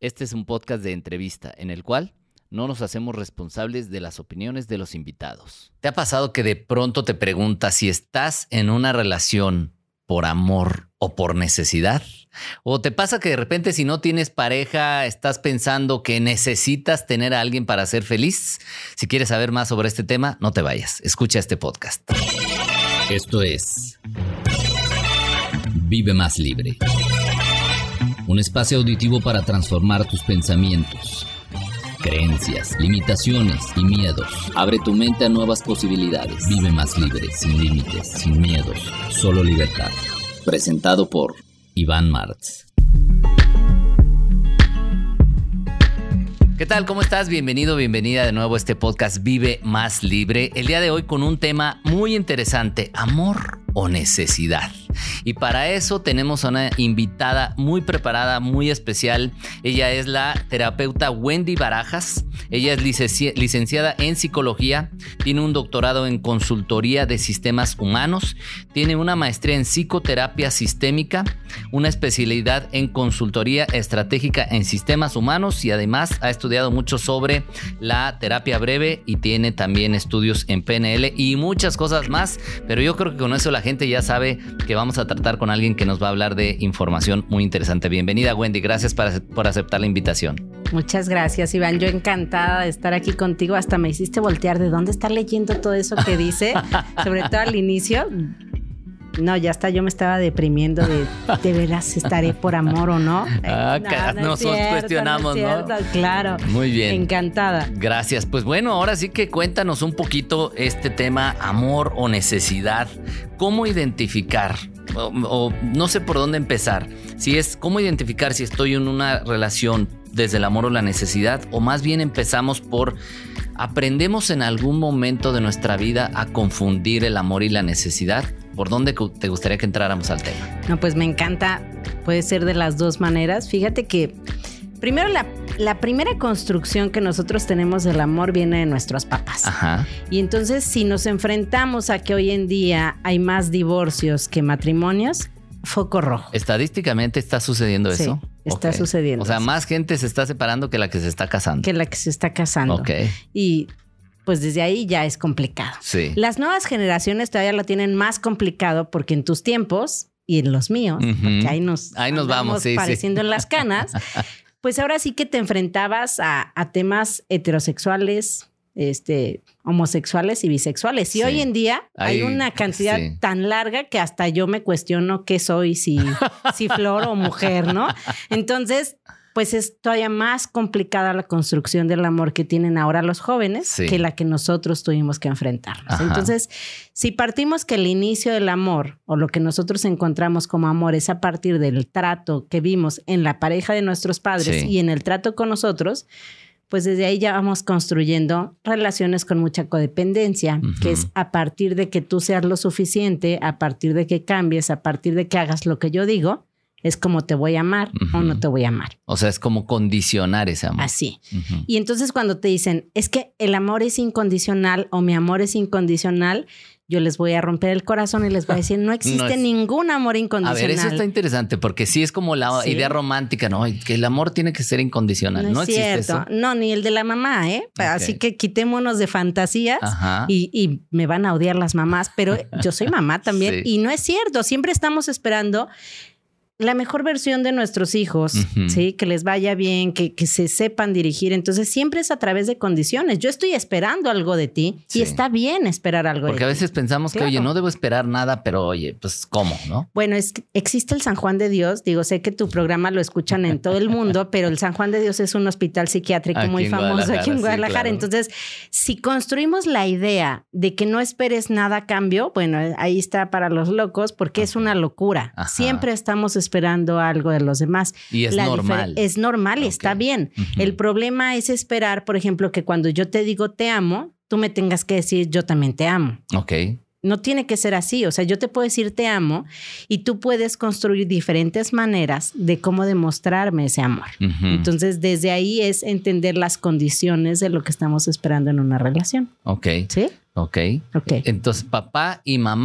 Este es un podcast de entrevista en el cual no nos hacemos responsables de las opiniones de los invitados. ¿Te ha pasado que de pronto te preguntas si estás en una relación por amor o por necesidad? ¿O te pasa que de repente si no tienes pareja estás pensando que necesitas tener a alguien para ser feliz? Si quieres saber más sobre este tema, no te vayas. Escucha este podcast. Esto es Vive Más Libre. Un espacio auditivo para transformar tus pensamientos, creencias, limitaciones y miedos. Abre tu mente a nuevas posibilidades. Vive más libre, sin límites, sin miedos, solo libertad. Presentado por Iván Martz. ¿Qué tal? ¿Cómo estás? Bienvenido, bienvenida de nuevo a este podcast Vive Más Libre. El día de hoy con un tema muy interesante, amor o necesidad. Y para eso tenemos a una invitada muy preparada, muy especial. Ella es la terapeuta Wendy Barajas. Ella es licenciada en psicología, tiene un doctorado en consultoría de sistemas humanos, tiene una maestría en psicoterapia sistémica, una especialidad en consultoría estratégica en sistemas humanos y además ha estudiado mucho sobre la terapia breve y tiene también estudios en PNL y muchas cosas más. Pero yo creo que con eso la gente ya sabe que vamos a tratar con alguien que nos va a hablar de información muy interesante. Bienvenida, Wendy. Gracias por aceptar la invitación. Muchas gracias, Iván. Yo encantada de estar aquí contigo. Hasta me hiciste voltear de dónde está leyendo todo eso que dice, sobre todo al inicio. No, ya está, yo me estaba deprimiendo de veras estaré por amor o no. Nos cuestionamos, ¿no? Claro. Muy bien. Encantada. Gracias. Pues bueno, ahora sí que cuéntanos un poquito este tema, amor o necesidad. ¿Cómo identificar? O no sé por dónde empezar. Si es cómo identificar si estoy en una relación desde el amor o la necesidad, o más bien empezamos por aprendemos en algún momento de nuestra vida a confundir el amor y la necesidad. ¿Por dónde te gustaría que entráramos al tema? No, pues me encanta. Puede ser de las dos maneras. Fíjate que primero la primera construcción que nosotros tenemos del amor viene de nuestros papás. Ajá. Y entonces si nos enfrentamos a que hoy en día hay más divorcios que matrimonios, foco rojo. ¿Estadísticamente está sucediendo eso? Sí, está sucediendo. O sea, más gente se está separando que la que se está casando. Que la que se está casando. Ok. Y pues desde ahí ya es complicado. Sí. Las nuevas generaciones todavía lo tienen más complicado porque en tus tiempos y en los míos, porque ahí nos vamos, sí, pareciendo en las canas, pues ahora sí que te enfrentabas a temas heterosexuales, homosexuales y bisexuales. Y hoy en día hay una cantidad tan larga que hasta yo me cuestiono qué soy, si flor o mujer, ¿no? Entonces, pues es todavía más complicada la construcción del amor que tienen ahora los jóvenes que la que nosotros tuvimos que enfrentarnos. Ajá. Entonces, si partimos que el inicio del amor o lo que nosotros encontramos como amor es a partir del trato que vimos en la pareja de nuestros padres y en el trato con nosotros, pues desde ahí ya vamos construyendo relaciones con mucha codependencia, que es a partir de que tú seas lo suficiente, a partir de que cambies, a partir de que hagas lo que yo digo, es como te voy a amar o no te voy a amar. O sea, es como condicionar ese amor. Así. Y entonces cuando te dicen, es que el amor es incondicional o mi amor es incondicional, yo les voy a romper el corazón y les voy a decir, no existe ningún amor incondicional. A ver, eso está interesante porque sí es como la idea romántica, ¿no? Que el amor tiene que ser incondicional. No existe eso. No, ni el de la mamá, ¿eh? Okay. Así que quitémonos de fantasías y me van a odiar las mamás, pero yo soy mamá también y no es cierto. Siempre estamos esperando la mejor versión de nuestros hijos, ¿sí? Que les vaya bien, que se sepan dirigir. Entonces, siempre es a través de condiciones. Yo estoy esperando algo de ti y está bien esperar algo de ti. Porque a veces pensamos que, oye, no debo esperar nada, pero oye, pues, ¿cómo, no? Bueno, existe el San Juan de Dios. Digo, sé que tu programa lo escuchan en todo el mundo, pero el San Juan de Dios es un hospital psiquiátrico muy famoso aquí en Guadalajara. Claro. Entonces, si construimos la idea de que no esperes nada a cambio, bueno, ahí está para los locos, porque es una locura. Siempre estamos esperando algo de los demás. Y es normal. Es normal y está bien. El problema es esperar, por ejemplo, que cuando yo te digo te amo, tú me tengas que decir yo también te amo. Ok. No tiene que ser así. O sea, yo te puedo decir te amo y tú puedes construir diferentes maneras de cómo demostrarme ese amor. Entonces, desde ahí es entender las condiciones de lo que estamos esperando en una relación. Ok. ¿Sí? Ok. Entonces, papá y mamá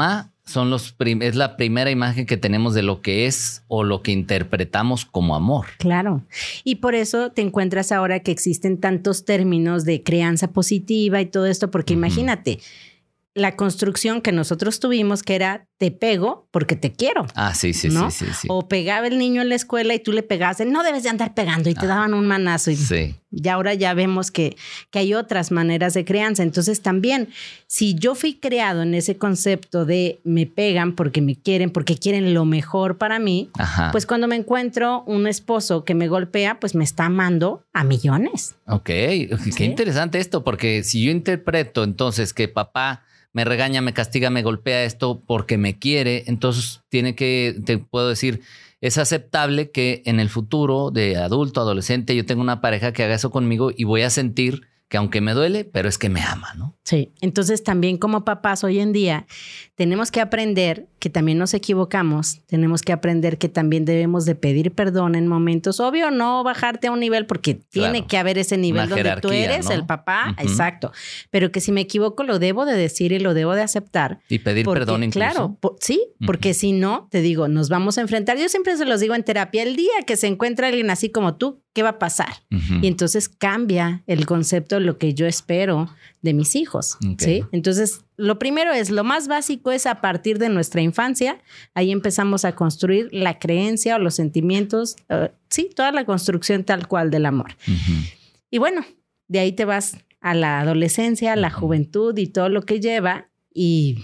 es la primera imagen que tenemos de lo que es o lo que interpretamos como amor. Claro. Y por eso te encuentras ahora que existen tantos términos de crianza positiva y todo esto, porque imagínate, la construcción que nosotros tuvimos que era te pego porque te quiero. Sí. O pegaba el niño en la escuela y tú le pegabas, no debes de andar pegando y te daban un manazo. Y ahora ya vemos que hay otras maneras de crianza. Entonces también, si yo fui creado en ese concepto de me pegan porque me quieren, porque quieren lo mejor para mí, pues cuando me encuentro un esposo que me golpea, pues me está amando a millones. Ok, qué interesante esto, porque si yo interpreto entonces que papá me regaña, me castiga, me golpea esto porque me quiere, entonces te puedo decir, es aceptable que en el futuro de adulto, adolescente, yo tenga una pareja que haga eso conmigo y voy a sentir que aunque me duele, pero es que me ama, ¿no? Sí, entonces también como papás hoy en día tenemos que aprender que también nos equivocamos, tenemos que aprender que también debemos de pedir perdón en momentos, obvio no bajarte a un nivel porque tiene que haber ese nivel donde tú eres, ¿no? El papá, exacto, pero que si me equivoco lo debo de decir y lo debo de aceptar. Y pedir perdón incluso. Claro, sí, porque si no, te digo, nos vamos a enfrentar, yo siempre se los digo en terapia, el día que se encuentra alguien así como tú, ¿qué va a pasar? Y entonces cambia el concepto de lo que yo espero de mis hijos, ¿sí? Entonces, lo primero lo más básico es a partir de nuestra infancia, ahí empezamos a construir la creencia o los sentimientos, toda la construcción tal cual del amor. Y bueno, de ahí te vas a la adolescencia, a la juventud y todo lo que lleva. Y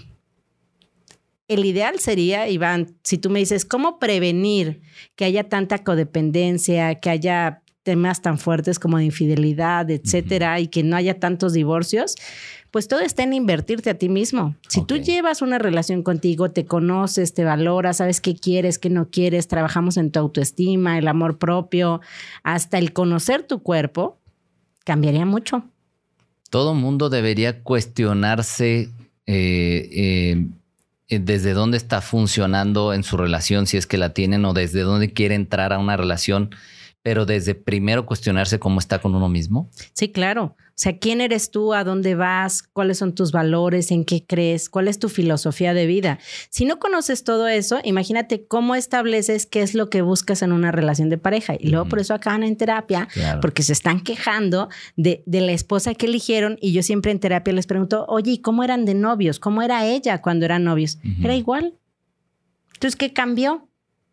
el ideal sería, Iván, si tú me dices, ¿cómo prevenir que haya tanta codependencia, que haya temas tan fuertes como de infidelidad, etcétera, y que no haya tantos divorcios? Pues todo está en invertirte a ti mismo. Si tú llevas una relación contigo, te conoces, te valoras, sabes qué quieres, qué no quieres, trabajamos en tu autoestima, el amor propio, hasta el conocer tu cuerpo, cambiaría mucho. Todo mundo debería cuestionarse desde dónde está funcionando en su relación, si es que la tienen, o desde dónde quiere entrar a una relación, pero desde primero cuestionarse cómo está con uno mismo. Sí, claro. O sea, ¿quién eres tú? ¿A dónde vas? ¿Cuáles son tus valores? ¿En qué crees? ¿Cuál es tu filosofía de vida? Si no conoces todo eso, imagínate cómo estableces qué es lo que buscas en una relación de pareja. Y luego por eso acaban en terapia, porque se están quejando de la esposa que eligieron. Y yo siempre en terapia les pregunto, oye, ¿y cómo eran de novios? ¿Cómo era ella cuando eran novios? Era igual. Entonces, ¿qué cambió?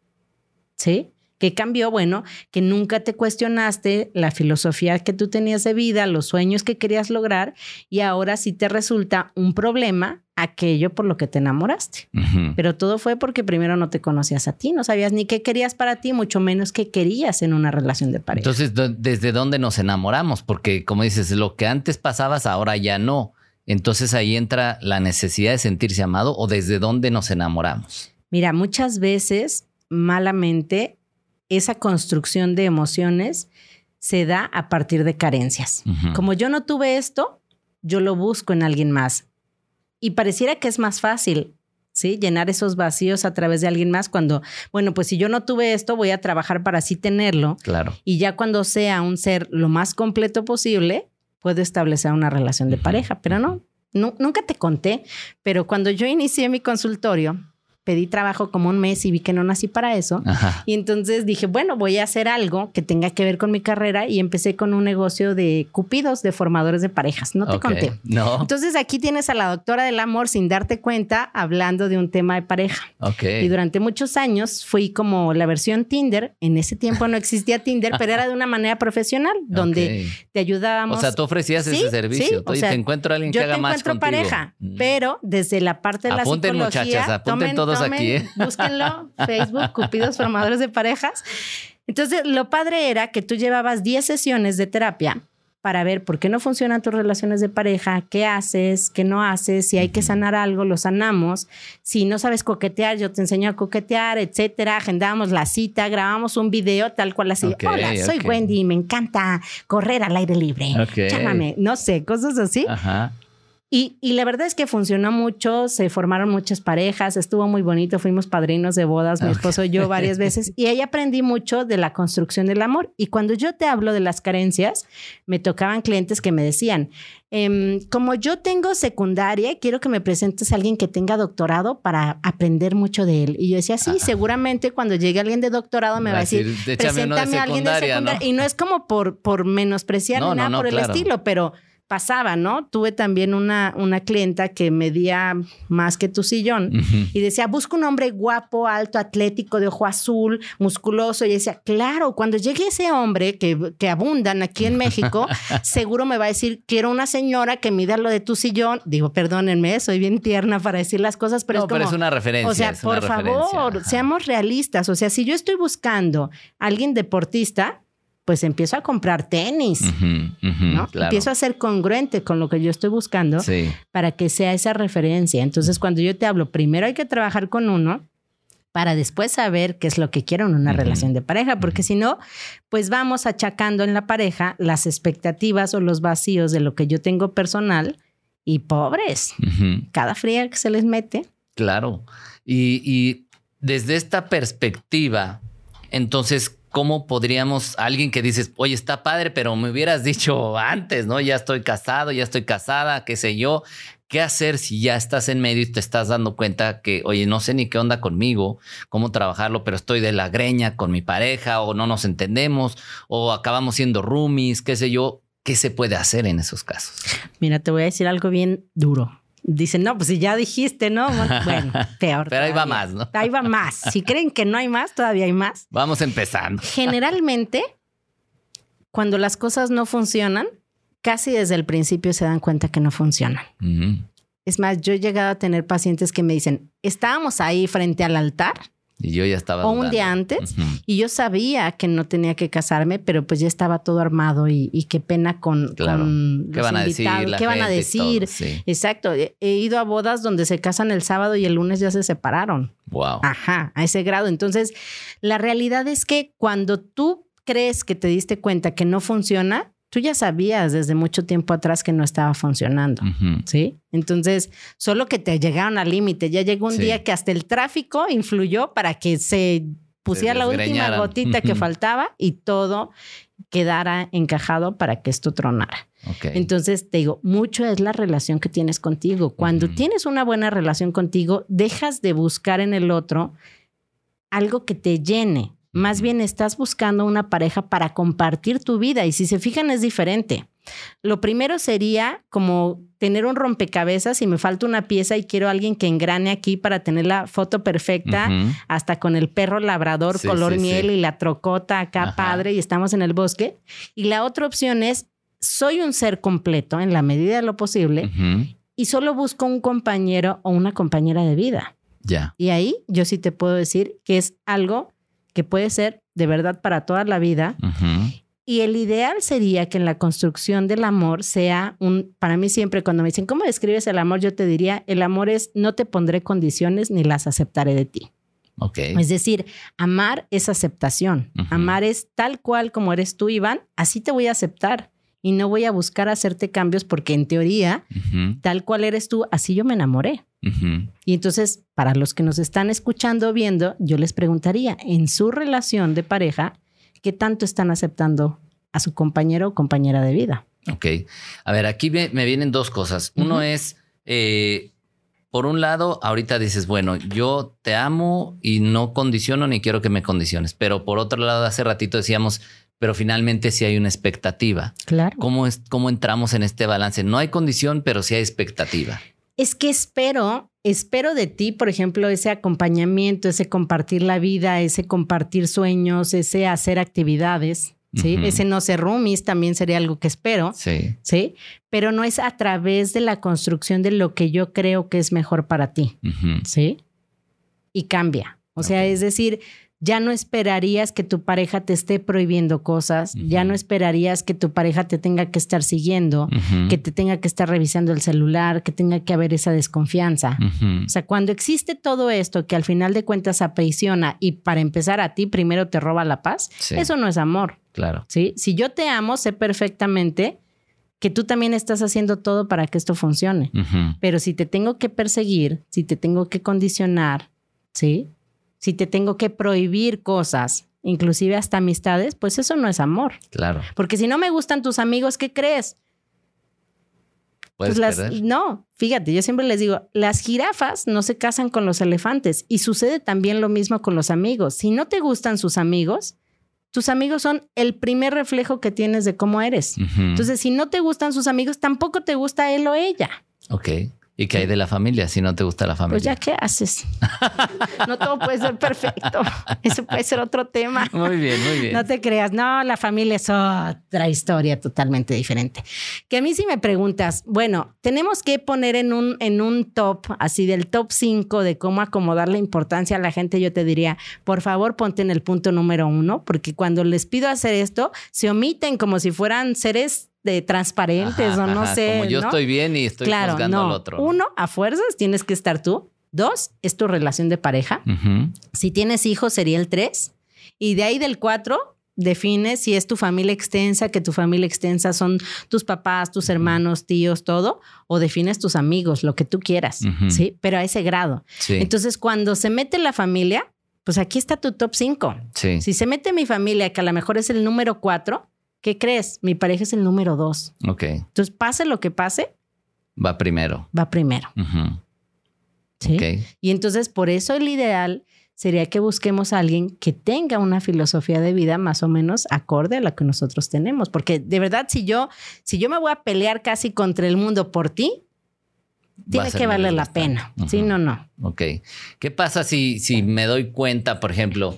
¿Sí? ¿Qué cambió? Bueno, que nunca te cuestionaste la filosofía que tú tenías de vida, los sueños que querías lograr, y ahora sí te resulta un problema aquello por lo que te enamoraste. Pero todo fue porque primero no te conocías a ti, no sabías ni qué querías para ti, mucho menos qué querías en una relación de pareja. Entonces, ¿desde dónde nos enamoramos? Porque, como dices, lo que antes pasabas, ahora ya no. Entonces ahí entra la necesidad de sentirse amado, ¿o desde dónde nos enamoramos? Mira, muchas veces, malamente, esa construcción de emociones se da a partir de carencias. Como yo no tuve esto, yo lo busco en alguien más. Y pareciera que es más fácil, ¿sí? Llenar esos vacíos a través de alguien más cuando, bueno, pues si yo no tuve esto, voy a trabajar para así tenerlo. Claro. Y ya cuando sea un ser lo más completo posible, puedo establecer una relación de pareja. Pero no, nunca te conté, pero cuando yo inicié mi consultorio, pedí trabajo como un mes y vi que no nací para eso. Y entonces dije, bueno, voy a hacer algo que tenga que ver con mi carrera, y empecé con un negocio de cupidos, de formadores de parejas. No te conté. No. Entonces aquí tienes a la doctora del amor sin darte cuenta hablando de un tema de pareja. Y durante muchos años fui como la versión Tinder. En ese tiempo no existía Tinder, pero era de una manera profesional donde te ayudábamos. O sea, tú ofrecías ese servicio. Sí, o sea, te encuentro a alguien que haga más contigo. Yo te encuentro pareja, pero desde la parte de apunten, la psicología. Muchachas, apunten todos aquí. Búsquenlo, Facebook, Cupidos Formadores de Parejas. Entonces, lo padre era que tú llevabas 10 sesiones de terapia para ver por qué no funcionan tus relaciones de pareja, qué haces, qué no haces, si hay que sanar algo, lo sanamos. Si no sabes coquetear, yo te enseño a coquetear, etcétera. Agendábamos la cita, grabamos un video tal cual así. Hola, soy Wendy, me encanta correr al aire libre. Llámame, no sé, cosas así. Y la verdad es que funcionó mucho, se formaron muchas parejas, estuvo muy bonito, fuimos padrinos de bodas, mi esposo y yo varias veces, y ahí aprendí mucho de la construcción del amor. Y cuando yo te hablo de las carencias, me tocaban clientes que me decían, como yo tengo secundaria, quiero que me presentes a alguien que tenga doctorado para aprender mucho de él. Y yo decía, sí, seguramente cuando llegue alguien de doctorado me va a decir, preséntame a alguien de secundaria, ¿no? Y no es como por menospreciar ni nada por el estilo, pero pasaba, ¿no? Tuve también una clienta que medía más que tu sillón y decía, busco un hombre guapo, alto, atlético, de ojo azul, musculoso. Y decía, claro, cuando llegue ese hombre que abundan aquí en México, seguro me va a decir, quiero una señora que mida lo de tu sillón. Digo, perdónenme, soy bien tierna para decir las cosas, pero es como... pero es una referencia. O sea, por favor, seamos realistas. O sea, si yo estoy buscando a alguien deportista, pues empiezo a comprar tenis, ¿no? Claro. Empiezo a ser congruente con lo que yo estoy buscando para que sea esa referencia. Entonces, cuando yo te hablo, primero hay que trabajar con uno para después saber qué es lo que quiero en una relación de pareja, porque si no, pues vamos achacando en la pareja las expectativas o los vacíos de lo que yo tengo personal y pobres, cada fría que se les mete. Claro. Y desde esta perspectiva, entonces, ¿cómo podríamos, alguien que dices, oye, está padre, pero me hubieras dicho antes, ¿no? Ya estoy casado, ya estoy casada, qué sé yo. ¿Qué hacer si ya estás en medio y te estás dando cuenta que, oye, no sé ni qué onda conmigo, cómo trabajarlo, pero estoy de la greña con mi pareja o no nos entendemos o acabamos siendo roomies, qué sé yo? ¿Qué se puede hacer en esos casos? Mira, te voy a decir algo bien duro. Dicen, no, pues si ya dijiste, ¿no? Bueno, peor. Pero ahí va más, ¿no? Ahí va más. Si creen que no hay más, todavía hay más. Vamos empezando. Generalmente, cuando las cosas no funcionan, casi desde el principio se dan cuenta que no funcionan. Es más, yo he llegado a tener pacientes que me dicen, estábamos ahí frente al altar. Y yo ya estaba dudando. Un día antes. Y yo sabía que no tenía que casarme, pero pues ya estaba todo armado y qué pena con ¿Qué van a decir? ¿Qué van a decir? Todo, sí. Exacto. He ido a bodas donde se casan el sábado y el lunes ya se separaron. Wow. Ajá, a ese grado. Entonces, la realidad es que cuando tú crees que te diste cuenta que no funciona, tú ya sabías desde mucho tiempo atrás que no estaba funcionando, ¿sí? Entonces, solo que te llegaron al límite. Ya llegó un día que hasta el tráfico influyó para que se pusiera la última gotita que faltaba y todo quedara encajado para que esto tronara. Okay. Entonces, te digo, mucho es la relación que tienes contigo. Cuando tienes una buena relación contigo, dejas de buscar en el otro algo que te llene. Más bien estás buscando una pareja para compartir tu vida. Y si se fijan, es diferente. Lo primero sería como tener un rompecabezas y me falta una pieza y quiero a alguien que engrane aquí para tener la foto perfecta, hasta con el perro labrador color miel y la trocota acá padre y estamos en el bosque. Y la otra opción es, soy un ser completo en la medida de lo posible y solo busco un compañero o una compañera de vida. Ya. Y ahí yo sí te puedo decir que es algo que puede ser de verdad para toda la vida. Y el ideal sería que en la construcción del amor sea para mí siempre cuando me dicen, ¿cómo describes el amor? Yo te diría, el amor es no te pondré condiciones ni las aceptaré de ti. Okay. Es decir, amar es aceptación. Amar es tal cual como eres tú, Iván, así te voy a aceptar. Y no voy a buscar hacerte cambios porque en teoría, tal cual eres tú, así yo me enamoré. Y entonces, para los que nos están escuchando o viendo, yo les preguntaría, en su relación de pareja, ¿qué tanto están aceptando a su compañero o compañera de vida? Ok. A ver, aquí me vienen dos cosas. Uno es, por un lado, ahorita dices, bueno, yo te amo y no condiciono ni quiero que me condiciones. Pero por otro lado, hace ratito decíamos, pero finalmente sí hay una expectativa. Claro. ¿Cómo entramos en este balance? No hay condición, pero sí hay expectativa. Es que espero de ti, por ejemplo, ese acompañamiento, ese compartir la vida, ese compartir sueños, ese hacer actividades, ¿sí? Ese no ser roomies también sería algo que espero, ¿sí? Pero no es a través de la construcción de lo que yo creo que es mejor para ti, ¿sí? Y cambia. O sea, es decir, ya no esperarías que tu pareja te esté prohibiendo cosas, ya no esperarías que tu pareja te tenga que estar siguiendo, que te tenga que estar revisando el celular, que tenga que haber esa desconfianza. O sea, cuando existe todo esto que al final de cuentas aprisiona y para empezar a ti primero te roba la paz, eso no es amor. Claro. ¿Sí? Si yo te amo, sé perfectamente que tú también estás haciendo todo para que esto funcione. Pero si te tengo que perseguir, si te tengo que condicionar, ¿sí? Si te tengo que prohibir cosas, inclusive hasta amistades, pues eso no es amor. Claro. Porque si no me gustan tus amigos, ¿qué crees? ¿Puedes perder? No, fíjate, yo siempre les digo, las jirafas no se casan con los elefantes y sucede también lo mismo con los amigos. Si no te gustan sus amigos, tus amigos son el primer reflejo que tienes de cómo eres. Entonces, si no te gustan sus amigos, tampoco te gusta él o ella. Ok. ¿Y qué hay de la familia si no te gusta la familia? Pues ya, ¿qué haces? No todo puede ser perfecto. Eso puede ser otro tema. Muy bien, muy bien. No te creas. No, la familia es otra historia totalmente diferente. Que a mí si me preguntas, bueno, tenemos que poner en un top, así del top 5 de cómo acomodar la importancia a la gente, yo te diría, por favor, ponte en el punto número 1, porque cuando les pido hacer esto, se omiten como si fueran seres de transparentes o no sé. Como yo ¿no? estoy bien y estoy juzgando al otro. 1, a fuerzas tienes que estar tú. 2, es tu relación de pareja. Si tienes hijos, sería el 3. Y de ahí del 4, define si es tu familia extensa, que tu familia extensa son tus papás, tus hermanos, tíos, todo. O defines tus amigos, lo que tú quieras. ¿Sí? Pero a ese grado. Sí. Entonces, cuando se mete la familia, pues aquí está tu top 5. Sí. Si se mete mi familia, que a lo mejor es el número 4, ¿qué crees? Mi pareja es el número 2. Ok. Entonces, pase lo que pase, va primero. ¿Sí? Okay. Y entonces, por eso el ideal sería que busquemos a alguien que tenga una filosofía de vida más o menos acorde a la que nosotros tenemos. Porque de verdad, si yo me voy a pelear casi contra el mundo por ti, tiene que valer la pena. Sí, no. Ok. ¿Qué pasa si me doy cuenta, por ejemplo,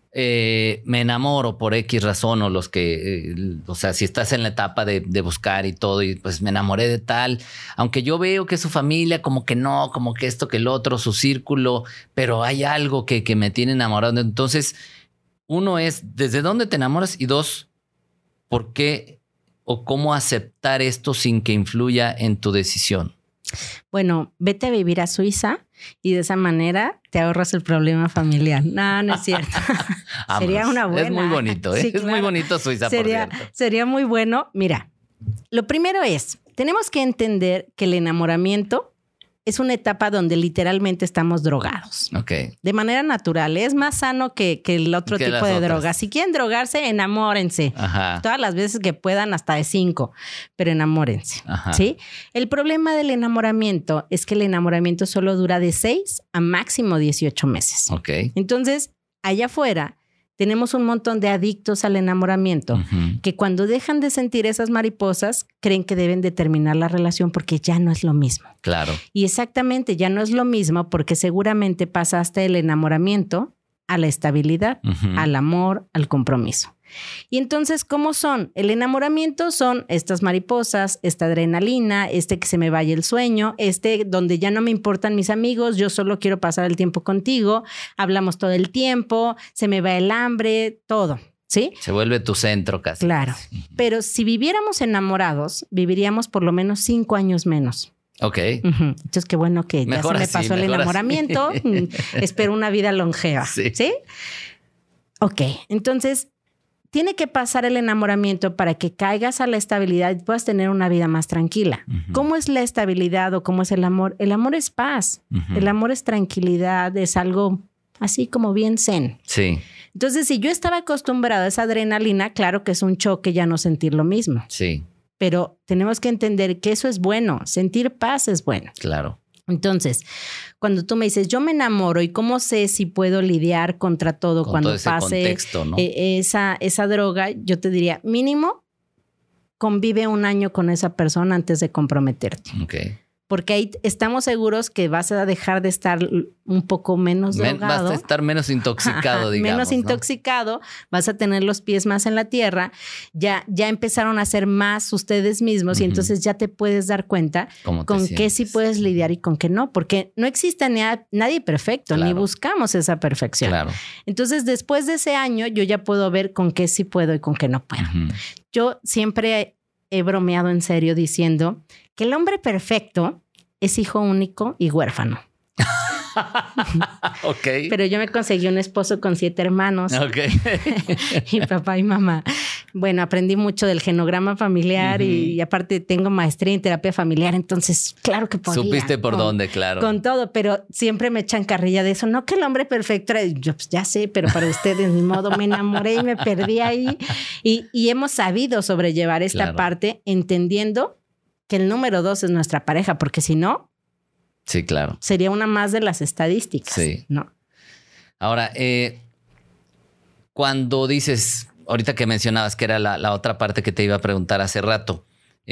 me enamoro por X razón o los que, o sea, si estás en la etapa de buscar y todo y pues me enamoré de tal, aunque yo veo que su familia como que no, como que esto, que el otro, su círculo, pero hay algo que me tiene enamorado. Entonces, 1 es ¿desde dónde te enamoras? Y 2, ¿por qué o cómo aceptar esto sin que influya en tu decisión? Bueno, vete a vivir a Suiza y de esa manera te ahorras el problema familiar. No es cierto. Sería una buena. Es muy bonito, ¿eh? Sí, claro. Es muy bonito Suiza, por cierto. Sería muy bueno. Mira, lo primero es, tenemos que entender que el enamoramiento es una etapa donde literalmente estamos drogados. Ok. De manera natural. Es más sano que el otro tipo de drogas. Si quieren drogarse, enamórense. Ajá. Todas las veces que puedan, hasta de 5. Pero enamórense. Ajá. ¿Sí? El problema del enamoramiento es que el enamoramiento solo dura de 6 a máximo 18 meses. Ok. Entonces, allá afuera tenemos un montón de adictos al enamoramiento que cuando dejan de sentir esas mariposas creen que deben de terminar la relación porque ya no es lo mismo. Claro. Y exactamente, ya no es lo mismo porque seguramente pasaste del enamoramiento a la estabilidad, al amor, al compromiso. Y entonces, ¿cómo son? El enamoramiento son estas mariposas, esta adrenalina, que se me vaya el sueño, donde ya no me importan mis amigos, yo solo quiero pasar el tiempo contigo, hablamos todo el tiempo, se me va el hambre, todo, ¿sí? Se vuelve tu centro casi. Claro, pero si viviéramos enamorados, viviríamos por lo menos 5 años menos. Ok. Entonces, qué bueno que ya se me pasó el enamoramiento. Espero una vida longeva. ¿Sí? Ok, entonces tiene que pasar el enamoramiento para que caigas a la estabilidad y puedas tener una vida más tranquila. ¿Cómo es la estabilidad o cómo es el amor? El amor es paz. El amor es tranquilidad, es algo así como bien zen. Sí. Entonces, si yo estaba acostumbrada a esa adrenalina, claro que es un choque ya no sentir lo mismo. Sí. Pero tenemos que entender que eso es bueno. Sentir paz es bueno. Claro. Entonces, cuando tú me dices, yo me enamoro y cómo sé si puedo lidiar contra todo cuando todo ese pase contexto, ¿no? esa droga, yo te diría, mínimo, convive 1 año con esa persona antes de comprometerte. Ok. Porque ahí estamos seguros que vas a dejar de estar un poco menos drogado. Vas a estar menos intoxicado, digamos. Menos intoxicado, vas a tener los pies más en la tierra. Ya empezaron a ser más ustedes mismos y entonces ya te puedes dar cuenta con qué sí puedes lidiar y con qué no. Porque no existe nadie perfecto, ni buscamos esa perfección. Claro. Entonces, después de ese año, yo ya puedo ver con qué sí puedo y con qué no puedo. Yo siempre he bromeado en serio diciendo que el hombre perfecto es hijo único y huérfano. Ok. Pero yo me conseguí un esposo con 7 hermanos. Ok. Y papá y mamá. Bueno, aprendí mucho del genograma familiar y aparte tengo maestría en terapia familiar, entonces claro que podía. Supiste por dónde, claro. Con todo, pero siempre me echan carrilla de eso. No que el hombre perfecto era, yo pues ya sé, pero para ustedes ni modo, me enamoré y me perdí ahí. Y hemos sabido sobrellevar esta parte entendiendo que el número 2 es nuestra pareja, porque si no, sí, claro, sería una más de las estadísticas. Sí. ¿No? Ahora, cuando dices, ahorita que mencionabas que era la otra parte que te iba a preguntar hace rato,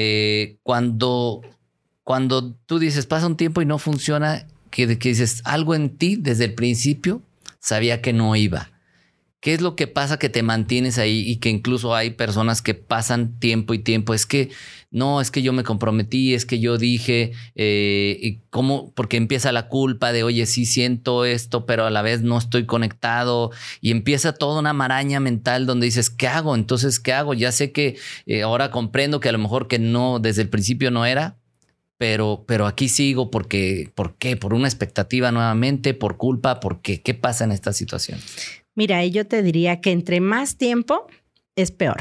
cuando tú dices, pasa un tiempo y no funciona, que dices, algo en ti desde el principio sabía que no iba. ¿Qué es lo que pasa que te mantienes ahí y que incluso hay personas que pasan tiempo y tiempo? Es que no, es que yo me comprometí, es que yo dije, y cómo, porque empieza la culpa de, oye, sí siento esto, pero a la vez no estoy conectado, y empieza toda una maraña mental donde dices, ¿qué hago? Entonces, ¿qué hago? Ya sé que ahora comprendo que a lo mejor que no, desde el principio no era, pero aquí sigo porque, ¿por qué? ¿Por una expectativa nuevamente? ¿Por culpa? ¿Por qué? ¿Qué pasa en esta situación? Mira, yo te diría que entre más tiempo es peor.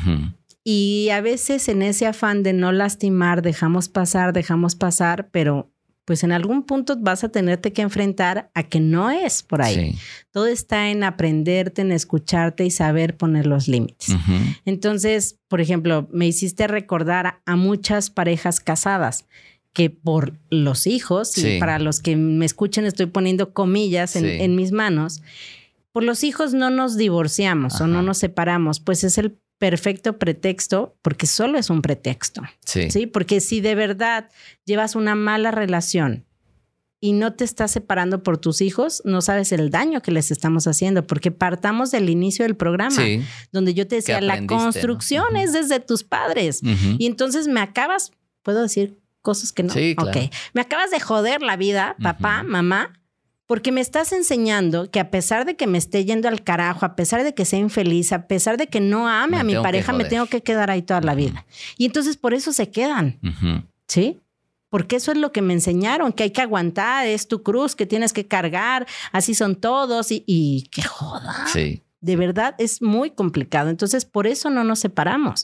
Y a veces en ese afán de no lastimar, dejamos pasar, pero pues en algún punto vas a tenerte que enfrentar a que no es por ahí. Sí. Todo está en aprenderte, en escucharte y saber poner los límites. Entonces, por ejemplo, me hiciste recordar a muchas parejas casadas que por los hijos, y para los que me escuchen estoy poniendo comillas en mis manos, por los hijos no nos divorciamos o no nos separamos, pues es el perfecto pretexto, porque solo es un pretexto. Sí. Porque si de verdad llevas una mala relación y no te estás separando por tus hijos, no sabes el daño que les estamos haciendo, porque partamos del inicio del programa, donde yo te decía, la construcción es desde tus padres. Y entonces me acabas, ¿puedo decir cosas que no? Sí, claro. Ok. Me acabas de joder la vida, papá, mamá, porque me estás enseñando que a pesar de que me esté yendo al carajo, a pesar de que sea infeliz, a pesar de que no ame a mi pareja, me tengo que quedar ahí toda la vida. Y entonces por eso se quedan, ¿sí? Porque eso es lo que me enseñaron, que hay que aguantar, es tu cruz que tienes que cargar, así son todos y qué joda. Sí. De verdad es muy complicado. Entonces por eso no nos separamos.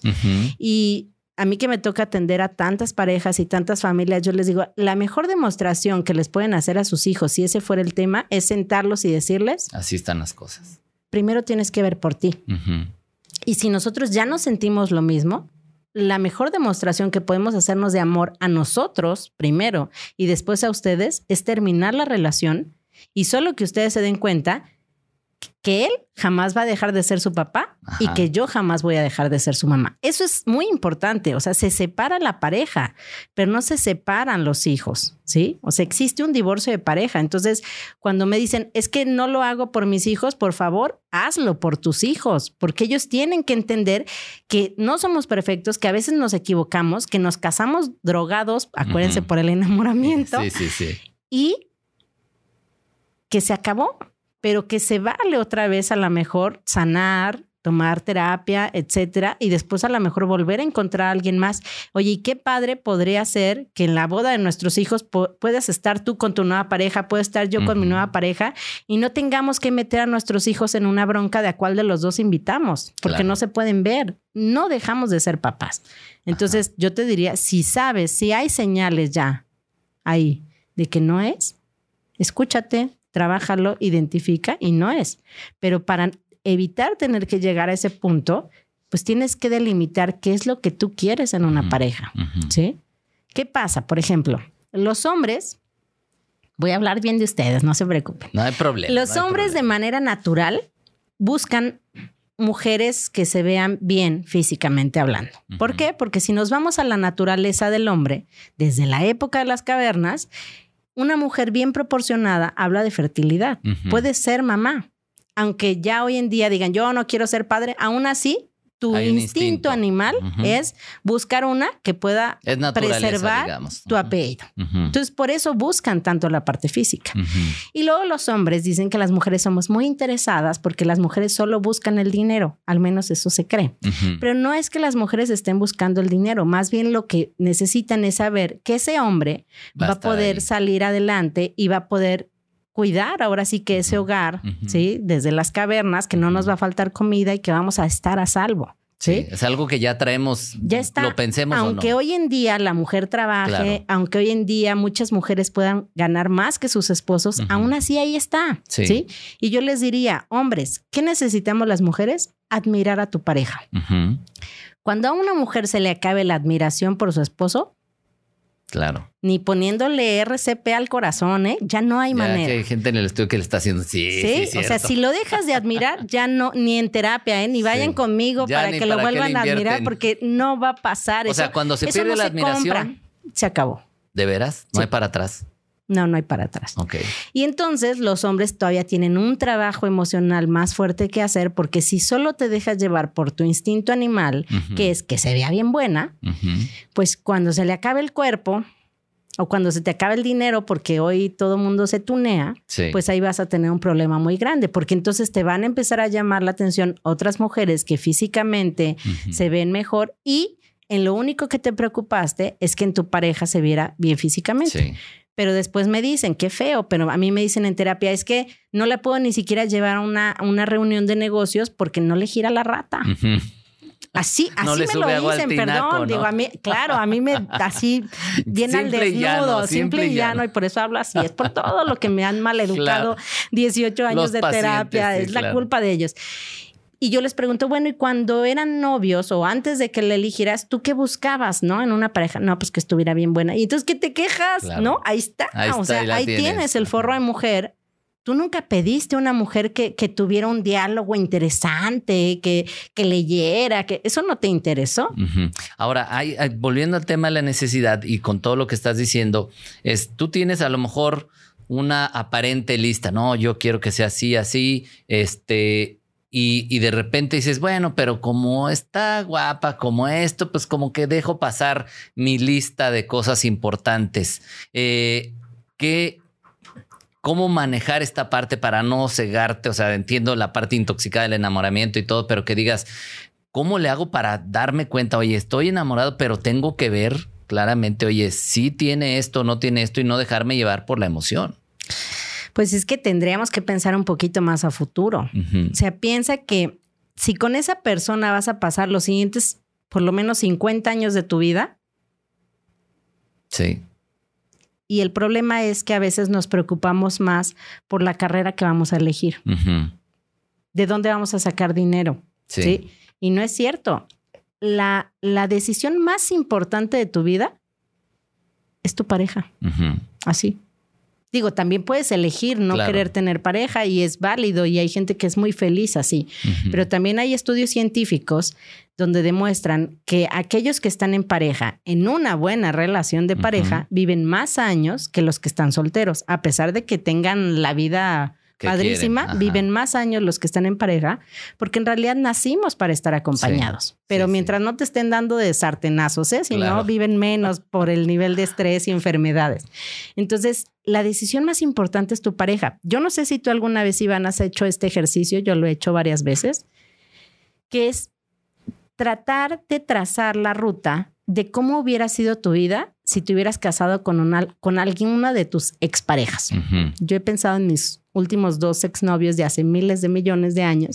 Y a mí que me toca atender a tantas parejas y tantas familias, yo les digo, la mejor demostración que les pueden hacer a sus hijos, si ese fuera el tema, es sentarlos y decirles, así están las cosas. Primero tienes que ver por ti. Y si nosotros ya no sentimos lo mismo, la mejor demostración que podemos hacernos de amor a nosotros primero y después a ustedes es terminar la relación y solo que ustedes se den cuenta que él jamás va a dejar de ser su papá y que yo jamás voy a dejar de ser su mamá. Eso es muy importante. O sea, se separa la pareja, pero no se separan los hijos, ¿sí? O sea, existe un divorcio de pareja. Entonces, cuando me dicen, es que no lo hago por mis hijos, por favor, hazlo por tus hijos, porque ellos tienen que entender que no somos perfectos, que a veces nos equivocamos, que nos casamos drogados, acuérdense, por el enamoramiento. Sí. Y que se acabó. Pero que se vale otra vez a lo mejor sanar, tomar terapia, etcétera, y después a lo mejor volver a encontrar a alguien más. Oye, ¿y qué padre podría ser que en la boda de nuestros hijos puedas estar tú con tu nueva pareja, puedo estar yo con mi nueva pareja y no tengamos que meter a nuestros hijos en una bronca de a cuál de los dos invitamos, porque no se pueden ver. No dejamos de ser papás. Entonces, yo te diría, si sabes, si hay señales ya ahí de que no es, escúchate, trabájalo, identifica y no es. Pero para evitar tener que llegar a ese punto, pues tienes que delimitar qué es lo que tú quieres en una pareja, ¿sí? ¿Qué pasa? Por ejemplo, los hombres, voy a hablar bien de ustedes, no se preocupen. No hay problema. Los hombres de manera natural buscan mujeres que se vean bien físicamente hablando. ¿Por qué? Porque si nos vamos a la naturaleza del hombre, desde la época de las cavernas, una mujer bien proporcionada habla de fertilidad. Puede ser mamá. Aunque ya hoy en día digan, yo no quiero ser padre, aún así, tu instinto animal es buscar una que pueda preservar, digamos, tu apellido. Entonces, por eso buscan tanto la parte física. Y luego los hombres dicen que las mujeres somos muy interesadas porque las mujeres solo buscan el dinero. Al menos eso se cree. Pero no es que las mujeres estén buscando el dinero. Más bien lo que necesitan es saber que ese hombre va a poder salir adelante y va a poder cuidar ahora sí que ese hogar, ¿sí? Desde las cavernas, que no nos va a faltar comida y que vamos a estar a salvo. ¿Sí? Es algo que ya traemos, ya está, lo pensemos o no. Aunque hoy en día la mujer trabaje, claro, aunque hoy en día muchas mujeres puedan ganar más que sus esposos, aún así ahí está. Sí. Y yo les diría, hombres, ¿qué necesitamos las mujeres? Admirar a tu pareja. Cuando a una mujer se le acabe la admiración por su esposo, claro, ni poniéndole RCP al corazón, ya no hay manera. Que hay gente en el estudio que le está haciendo sí, o sea, si lo dejas de admirar, ya no, ni en terapia, ni vayan conmigo para que lo vuelvan a admirar, porque no va a pasar. O sea, cuando se pierde la admiración, se acabó. ¿De veras? ¿No hay para atrás? No hay para atrás. Okay. Y entonces los hombres todavía tienen un trabajo emocional más fuerte que hacer, porque si solo te dejas llevar por tu instinto animal, que es que se vea bien buena, pues cuando se le acabe el cuerpo o cuando se te acabe el dinero, porque hoy todo mundo se tunea, pues ahí vas a tener un problema muy grande, porque entonces te van a empezar a llamar la atención otras mujeres que físicamente se ven mejor y en lo único que te preocupaste es que en tu pareja se viera bien físicamente. Sí. Pero después me dicen, qué feo, pero a mí me dicen en terapia, es que no la puedo ni siquiera llevar a una reunión de negocios porque no le gira la rata. Así no me lo dicen, perdón. ¿No? Digo, a mí me así bien al desnudo, simple y llano, y por eso hablo así. Es por todo lo que me han maleducado 18 años de terapia, es la culpa de ellos. Y yo les pregunto, bueno, ¿y cuando eran novios o antes de que le eligieras, tú qué buscabas, no? En una pareja, no, pues que estuviera bien buena. Y entonces, ¿qué te quejas? Claro. ¿No? Ahí está. O sea, ahí tienes el forro de mujer. Tú nunca pediste a una mujer que tuviera un diálogo interesante, que leyera, que eso no te interesó. Ahora, volviendo al tema de la necesidad y con todo lo que estás diciendo, tú tienes a lo mejor una aparente lista, ¿no? Yo quiero que sea así, así, y de repente dices, bueno, pero como está guapa, como esto, pues como que dejo pasar mi lista de cosas importantes. ¿Cómo manejar esta parte para no cegarte? O sea, entiendo la parte intoxicada del enamoramiento y todo, pero que digas, ¿cómo le hago para darme cuenta? Oye, estoy enamorado, pero tengo que ver claramente, oye, sí tiene esto, no tiene esto, y no dejarme llevar por la emoción. Pues es que tendríamos que pensar un poquito más a futuro. O sea, piensa que si con esa persona vas a pasar los siguientes, por lo menos 50 años de tu vida. Sí. Y el problema es que a veces nos preocupamos más por la carrera que vamos a elegir. ¿De dónde vamos a sacar dinero? Sí. Y no es cierto. La decisión más importante de tu vida es tu pareja. Así. Digo, también puedes elegir no querer tener pareja y es válido y hay gente que es muy feliz así. Pero también hay estudios científicos donde demuestran que aquellos que están en pareja, en una buena relación de pareja, viven más años que los que están solteros. A pesar de que tengan la vida padrísima, viven más años los que están en pareja, porque en realidad nacimos para estar acompañados. Pero mientras no te estén dando de sartenazos, si no, viven menos por el nivel de estrés y enfermedades. Entonces, la decisión más importante es tu pareja. Yo no sé si tú alguna vez, Iván, has hecho este ejercicio, yo lo he hecho varias veces, que es tratar de trazar la ruta de cómo hubiera sido tu vida si te hubieras casado con alguna de tus exparejas. Yo he pensado en mis últimos 2 exnovios de hace miles de millones de años.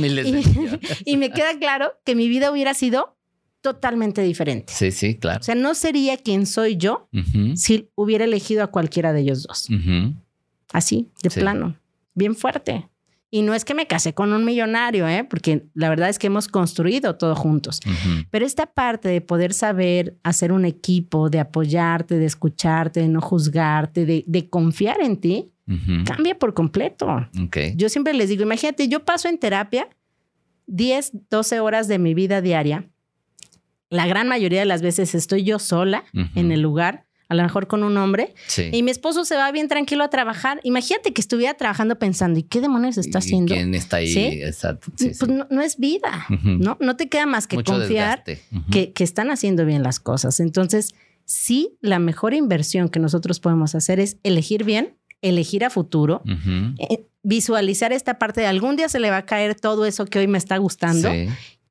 Y me queda claro que mi vida hubiera sido totalmente diferente. Sí, claro. O sea, no sería quien soy yo si hubiera elegido a cualquiera de ellos dos. Así, de plano. Bien fuerte. Y no es que me casé con un millonario, porque la verdad es que hemos construido todo juntos. Pero esta parte de poder saber hacer un equipo, de apoyarte, de escucharte, de no juzgarte, de confiar en ti, cambia por completo. Yo siempre les digo, imagínate, yo paso en terapia 10, 12 horas de mi vida diaria. La gran mayoría de las veces estoy yo sola en el lugar, a lo mejor con un hombre, y mi esposo se va bien tranquilo a trabajar. Imagínate que estuviera trabajando pensando, ¿y qué demonios está haciendo? ¿Quién está ahí? ¿Sí? Exacto. Pues no es vida, ¿no? No te queda más que mucho confiar que están haciendo bien las cosas. Entonces, sí, la mejor inversión que nosotros podemos hacer es elegir bien, elegir a futuro, visualizar esta parte de algún día se le va a caer todo eso que hoy me está gustando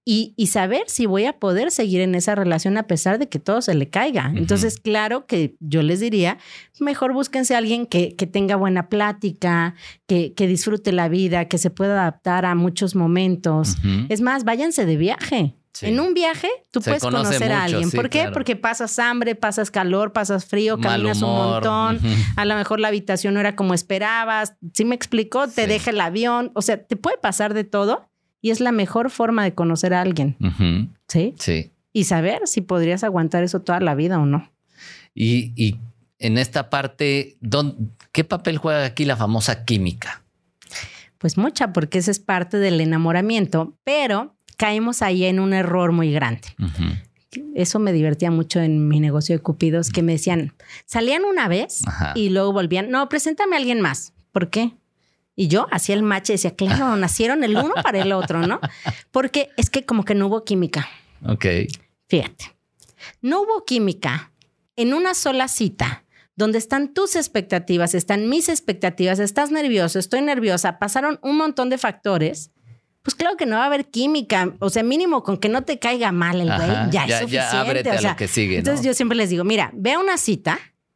y saber si voy a poder seguir en esa relación a pesar de que todo se le caiga. Entonces, claro que yo les diría, mejor búsquense a alguien que tenga buena plática, que disfrute la vida, que se pueda adaptar a muchos momentos. Es más, váyanse de viaje. Sí. En un viaje tú puedes conocer a alguien. ¿Por qué? Claro. Porque pasas hambre, pasas calor, pasas frío, caminas un montón. A lo mejor la habitación no era como esperabas. ¿Sí me explicó? Te deja el avión. O sea, te puede pasar de todo y es la mejor forma de conocer a alguien. ¿Sí? Sí. Y saber si podrías aguantar eso toda la vida o no. Y en esta parte, ¿qué papel juega aquí la famosa química? Pues mucha, porque esa es parte del enamoramiento, pero caemos ahí en un error muy grande. Eso me divertía mucho en mi negocio de Cupidos, que me decían, salían una vez y luego volvían, no, preséntame a alguien más. ¿Por qué? Y yo hacía el match y decía, claro, nacieron el uno para el otro, ¿no? Porque es que como que no hubo química. Ok. Fíjate, no hubo química en una sola cita donde están tus expectativas, están mis expectativas, estás nervioso, estoy nerviosa, pasaron un montón de factores. Pues claro que no va a haber química. O sea, mínimo con que no te caiga mal el güey, ya es suficiente. Ya ábrete a lo que sigue, entonces yo siempre les digo, mira, ve a una cita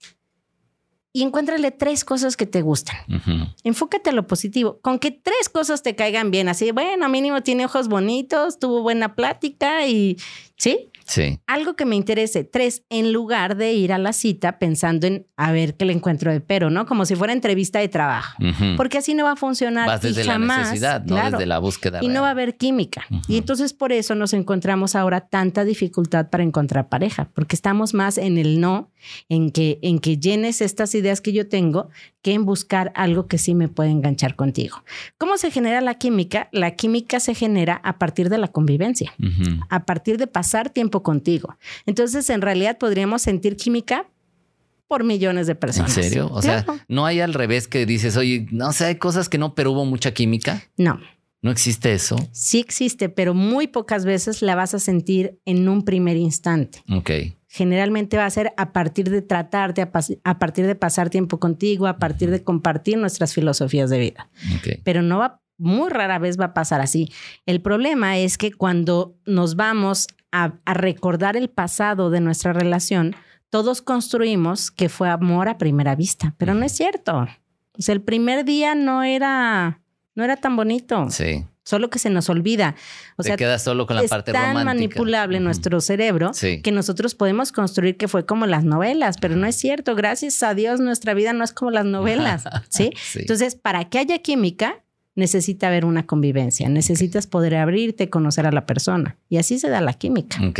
y encuéntrale 3 cosas que te gustan. Enfócate a lo positivo. Con que 3 cosas te caigan bien. Así, bueno, mínimo tiene ojos bonitos, tuvo buena plática y... ¿Sí? Sí. Algo que me interese. 3, en lugar de ir a la cita pensando en a ver qué le encuentro de pero, ¿no? Como si fuera entrevista de trabajo. Porque así no va a funcionar. Vas desde la necesidad, no desde la búsqueda y real. No va a haber química. Y entonces por eso nos encontramos ahora tanta dificultad para encontrar pareja, porque estamos más en el no, en que llenes estas ideas que yo tengo, que en buscar algo que sí me puede enganchar contigo. ¿Cómo se genera la química? La química se genera a partir de la convivencia, a partir de pasar tiempo contigo. Entonces, en realidad podríamos sentir química por millones de personas. ¿En serio? O sea, ¿no hay al revés que dices, oye, no sé, hay cosas que no, pero hubo mucha química? No. ¿No existe eso? Sí existe, pero muy pocas veces la vas a sentir en un primer instante. Ok. Generalmente va a ser a partir de tratarte, a partir de pasar tiempo contigo, a partir de compartir nuestras filosofías de vida. Okay. Pero muy rara vez va a pasar así. El problema es que cuando nos vamos a recordar el pasado de nuestra relación, todos construimos que fue amor a primera vista, pero no es cierto. O sea, el primer día no era tan bonito. Sí. Solo que se nos olvida. O sea, queda solo con la parte romántica. Es tan manipulable nuestro cerebro que nosotros podemos construir que fue como las novelas, pero no es cierto. Gracias a Dios, nuestra vida no es como las novelas. ¿Sí? Entonces, para que haya química, necesita haber una convivencia. Necesitas poder abrirte, conocer a la persona. Y así se da la química. Ok.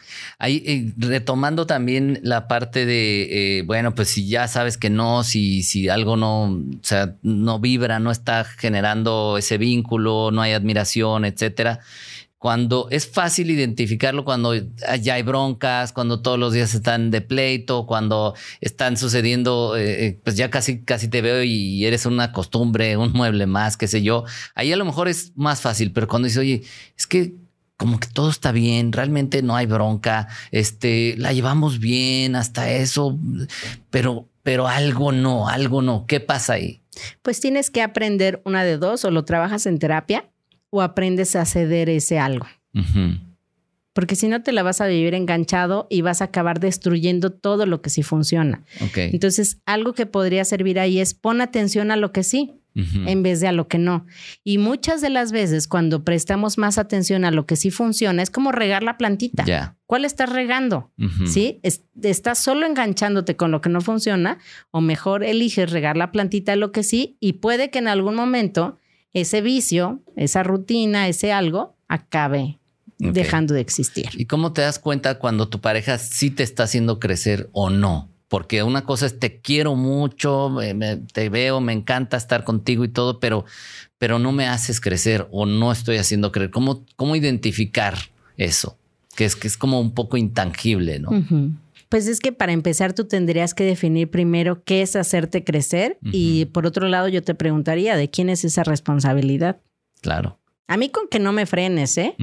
Ahí, retomando también la parte de, bueno, pues si ya sabes que no, si algo no, o sea, no vibra, no está generando ese vínculo, no hay admiración, etcétera. Cuando es fácil identificarlo, cuando ya hay broncas, cuando todos los días están de pleito, cuando están sucediendo, pues ya casi te veo y eres una costumbre, un mueble más, qué sé yo. Ahí a lo mejor es más fácil, pero cuando dices, oye, es que como que todo está bien, realmente no hay bronca, la llevamos bien hasta eso, pero algo no. ¿Qué pasa ahí? Pues tienes que aprender una de dos, o lo trabajas en terapia o aprendes a ceder ese algo. Porque si no te la vas a vivir enganchado y vas a acabar destruyendo todo lo que sí funciona. Okay. Entonces, algo que podría servir ahí es pon atención a lo que sí. En vez de a lo que no. Y muchas de las veces cuando prestamos más atención a lo que sí funciona, es como regar la plantita. Yeah. ¿Cuál estás regando? ¿Sí? ¿Estás solo enganchándote con lo que no funciona? O mejor eliges regar la plantita de lo que sí, y puede que en algún momento ese vicio, esa rutina, ese algo acabe dejando de existir. ¿Y cómo te das cuenta cuando tu pareja sí te está haciendo crecer o no? Porque una cosa es te quiero mucho, te veo, me encanta estar contigo y todo, pero no me haces crecer o no estoy haciendo crecer. ¿Cómo identificar eso? Que es como un poco intangible, ¿no? Pues es que para empezar tú tendrías que definir primero qué es hacerte crecer y por otro lado yo te preguntaría de quién es esa responsabilidad. Claro. A mí con que no me frenes, ¿eh?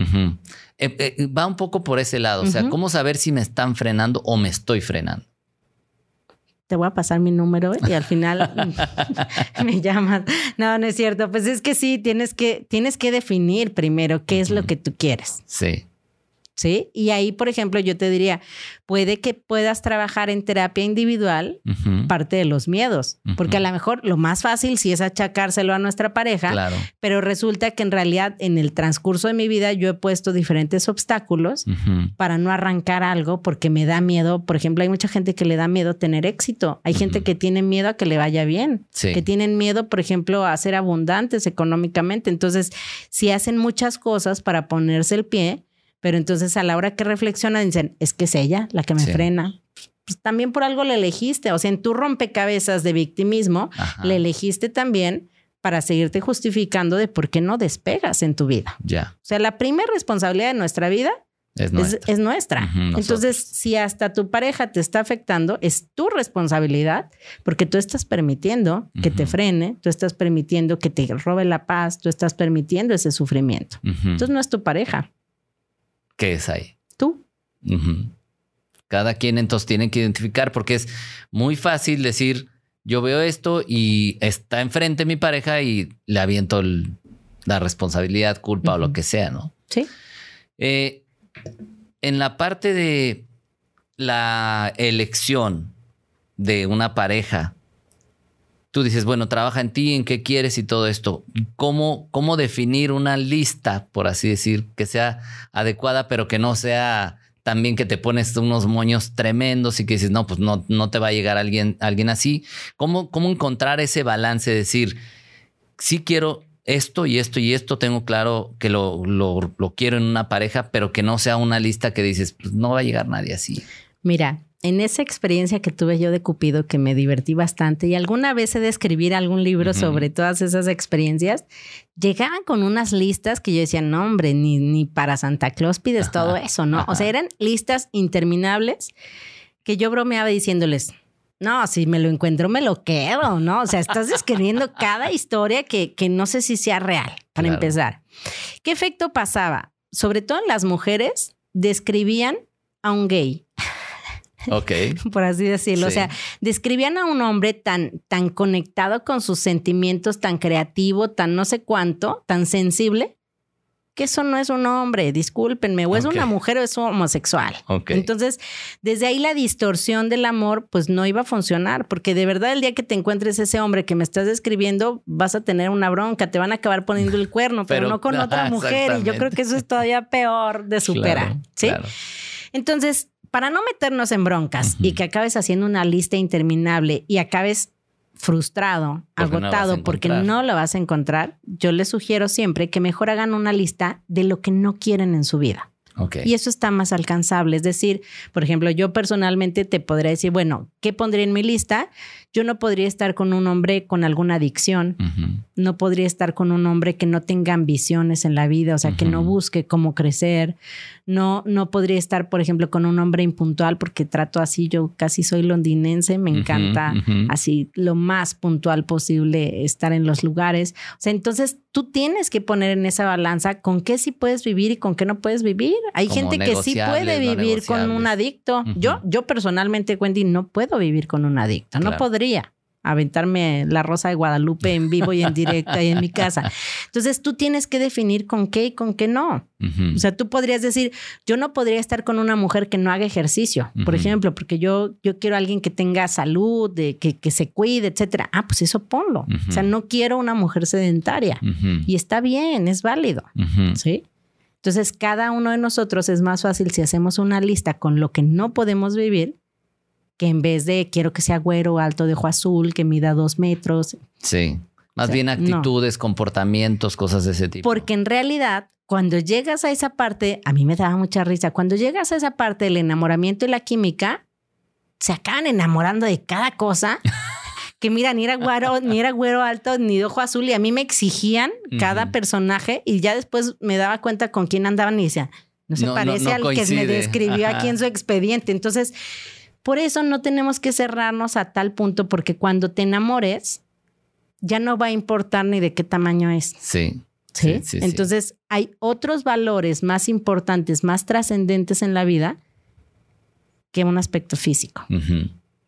Va un poco por ese lado. O sea, ¿cómo saber si me están frenando o me estoy frenando? te voy a pasar mi número y al final me llamas. No, no es cierto. Pues es que sí, tienes que definir primero qué es lo que tú quieres. Sí. ¿Sí? Y ahí, por ejemplo, yo te diría, puede que puedas trabajar en terapia individual parte de los miedos, porque a lo mejor lo más fácil sí es achacárselo a nuestra pareja, claro. Pero resulta que en realidad en el transcurso de mi vida yo he puesto diferentes obstáculos para no arrancar algo porque me da miedo. Por ejemplo, hay mucha gente que le da miedo tener éxito. Hay gente que tiene miedo a que le vaya bien, que tienen miedo, por ejemplo, a ser abundantes económicamente. Entonces, si hacen muchas cosas para ponerse el pie, pero entonces a la hora que reflexionan dicen, es que es ella la que me frena. Pues también por algo le elegiste. O sea, en tu rompecabezas de victimismo, le elegiste también para seguirte justificando de por qué no despegas en tu vida. Ya. O sea, la primera responsabilidad de nuestra vida es nuestra. Entonces, si hasta tu pareja te está afectando, es tu responsabilidad porque tú estás permitiendo que te frene, tú estás permitiendo que te robe la paz, tú estás permitiendo ese sufrimiento. Entonces, no es tu pareja. ¿Qué es ahí? Tú. Cada quien entonces tiene que identificar porque es muy fácil decir, yo veo esto y está enfrente mi pareja y le aviento la responsabilidad, culpa o lo que sea, ¿no? Sí. En la parte de la elección de una pareja, tú dices, bueno, trabaja en ti, en qué quieres y todo esto. ¿Cómo definir una lista, por así decir, que sea adecuada, pero que no sea también que te pones unos moños tremendos y que dices, no, pues no te va a llegar alguien así? ¿Cómo encontrar ese balance? Decir, sí quiero esto y esto y esto, tengo claro que lo quiero en una pareja, pero que no sea una lista que dices, pues no va a llegar nadie así. Mira, en esa experiencia que tuve yo de Cupido, que me divertí bastante y alguna vez he de escribir algún libro sobre todas esas experiencias, llegaban con unas listas que yo decía, no, hombre, ni para Santa Claus pides todo eso, ¿no? O sea, eran listas interminables que yo bromeaba diciéndoles, no, si me lo encuentro, me lo quedo, ¿no? O sea, estás describiendo cada historia que no sé si sea real, para empezar. ¿Qué efecto pasaba? Sobre todo en las mujeres, describían a un gay. Okay. Por así decirlo. Sí. O sea, describían a un hombre tan conectado con sus sentimientos, tan creativo, tan no sé cuánto, tan sensible, que eso no es un hombre, discúlpenme, o es una mujer o es homosexual. Entonces, desde ahí la distorsión del amor pues no iba a funcionar, porque de verdad el día que te encuentres ese hombre que me estás describiendo, vas a tener una bronca, te van a acabar poniendo el cuerno, pero no con otra mujer. Y yo creo que eso es todavía peor de superar. Claro, ¿sí? Claro. Entonces, para no meternos en broncas y que acabes haciendo una lista interminable y acabes frustrado, agotado porque no lo vas a encontrar, yo les sugiero siempre que mejor hagan una lista de lo que no quieren en su vida. Y eso está más alcanzable. Es decir, por ejemplo, yo personalmente te podría decir, bueno, ¿qué pondría en mi lista? Yo no podría estar con un hombre con alguna adicción. No podría estar con un hombre que no tenga ambiciones en la vida, o sea, que no busque cómo crecer. No podría estar, por ejemplo, con un hombre impuntual porque trato así. Yo casi soy londinense. Me encanta así lo más puntual posible estar en los lugares. O sea, entonces tú tienes que poner en esa balanza con qué sí puedes vivir y con qué no puedes vivir. Hay gente que sí puede vivir con un adicto. Yo personalmente, Wendy, no puedo vivir con un adicto. No podría aventarme la Rosa de Guadalupe en vivo y en directo ahí en mi casa. Entonces tú tienes que definir con qué y con qué no. O sea, tú podrías decir, yo no podría estar con una mujer que no haga ejercicio, por ejemplo, porque yo quiero a alguien que tenga salud, que se cuide, etcétera. Ah, pues eso ponlo. O sea, no quiero una mujer sedentaria. Y está bien, es válido. ¿Sí? Entonces, cada uno de nosotros es más fácil si hacemos una lista con lo que no podemos vivir, que en vez de quiero que sea güero, alto, de ojo azul, que mida 2 metros. Sí. Más bien actitudes, comportamientos, cosas de ese tipo. Porque en realidad, cuando llegas a esa parte, a mí me daba mucha risa, cuando llegas a esa parte del enamoramiento y la química, se acaban enamorando de cada cosa que mira, ni era güero alto, ni de ojo azul, y a mí me exigían cada personaje y ya después me daba cuenta con quién andaban y decía, no se parece al coincide. Que me describió aquí en su expediente. Entonces, por eso no tenemos que cerrarnos a tal punto, porque cuando te enamores, ya no va a importar ni de qué tamaño es. Sí. Entonces, hay otros valores más importantes, más trascendentes en la vida que un aspecto físico.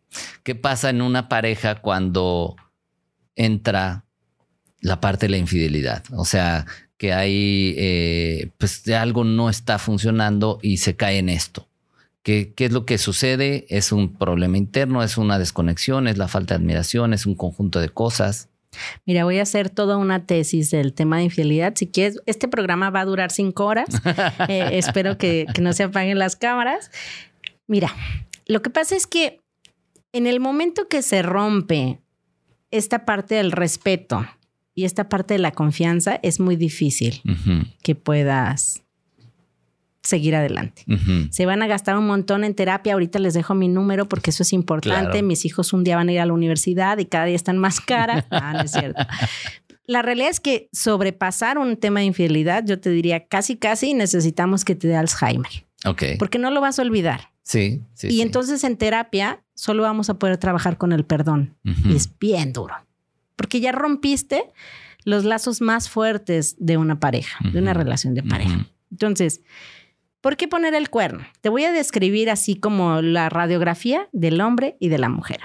¿Qué pasa en una pareja cuando entra la parte de la infidelidad? O sea, que hay, pues algo no está funcionando y se cae en esto. ¿Qué es lo que sucede? ¿Es un problema interno? ¿Es una desconexión? ¿Es la falta de admiración? ¿Es un conjunto de cosas? Mira, voy a hacer toda una tesis del tema de infidelidad. Si quieres, este programa va a durar 5 horas. Espero que no se apaguen las cámaras. Mira, lo que pasa es que en el momento que se rompe esta parte del respeto y esta parte de la confianza, es muy difícil que puedas seguir adelante. Se van a gastar un montón en terapia. Ahorita les dejo mi número porque eso es importante. Claro. Mis hijos un día van a ir a la universidad y cada día están más caras. No es cierto. La realidad es que sobrepasar un tema de infidelidad, yo te diría casi necesitamos que te dé Alzheimer. Okay. Porque no lo vas a olvidar. Sí. Y entonces en terapia solo vamos a poder trabajar con el perdón. Y es bien duro. Porque ya rompiste los lazos más fuertes de una pareja, de una relación de pareja. Entonces, ¿por qué poner el cuerno? Te voy a describir así como la radiografía del hombre y de la mujer.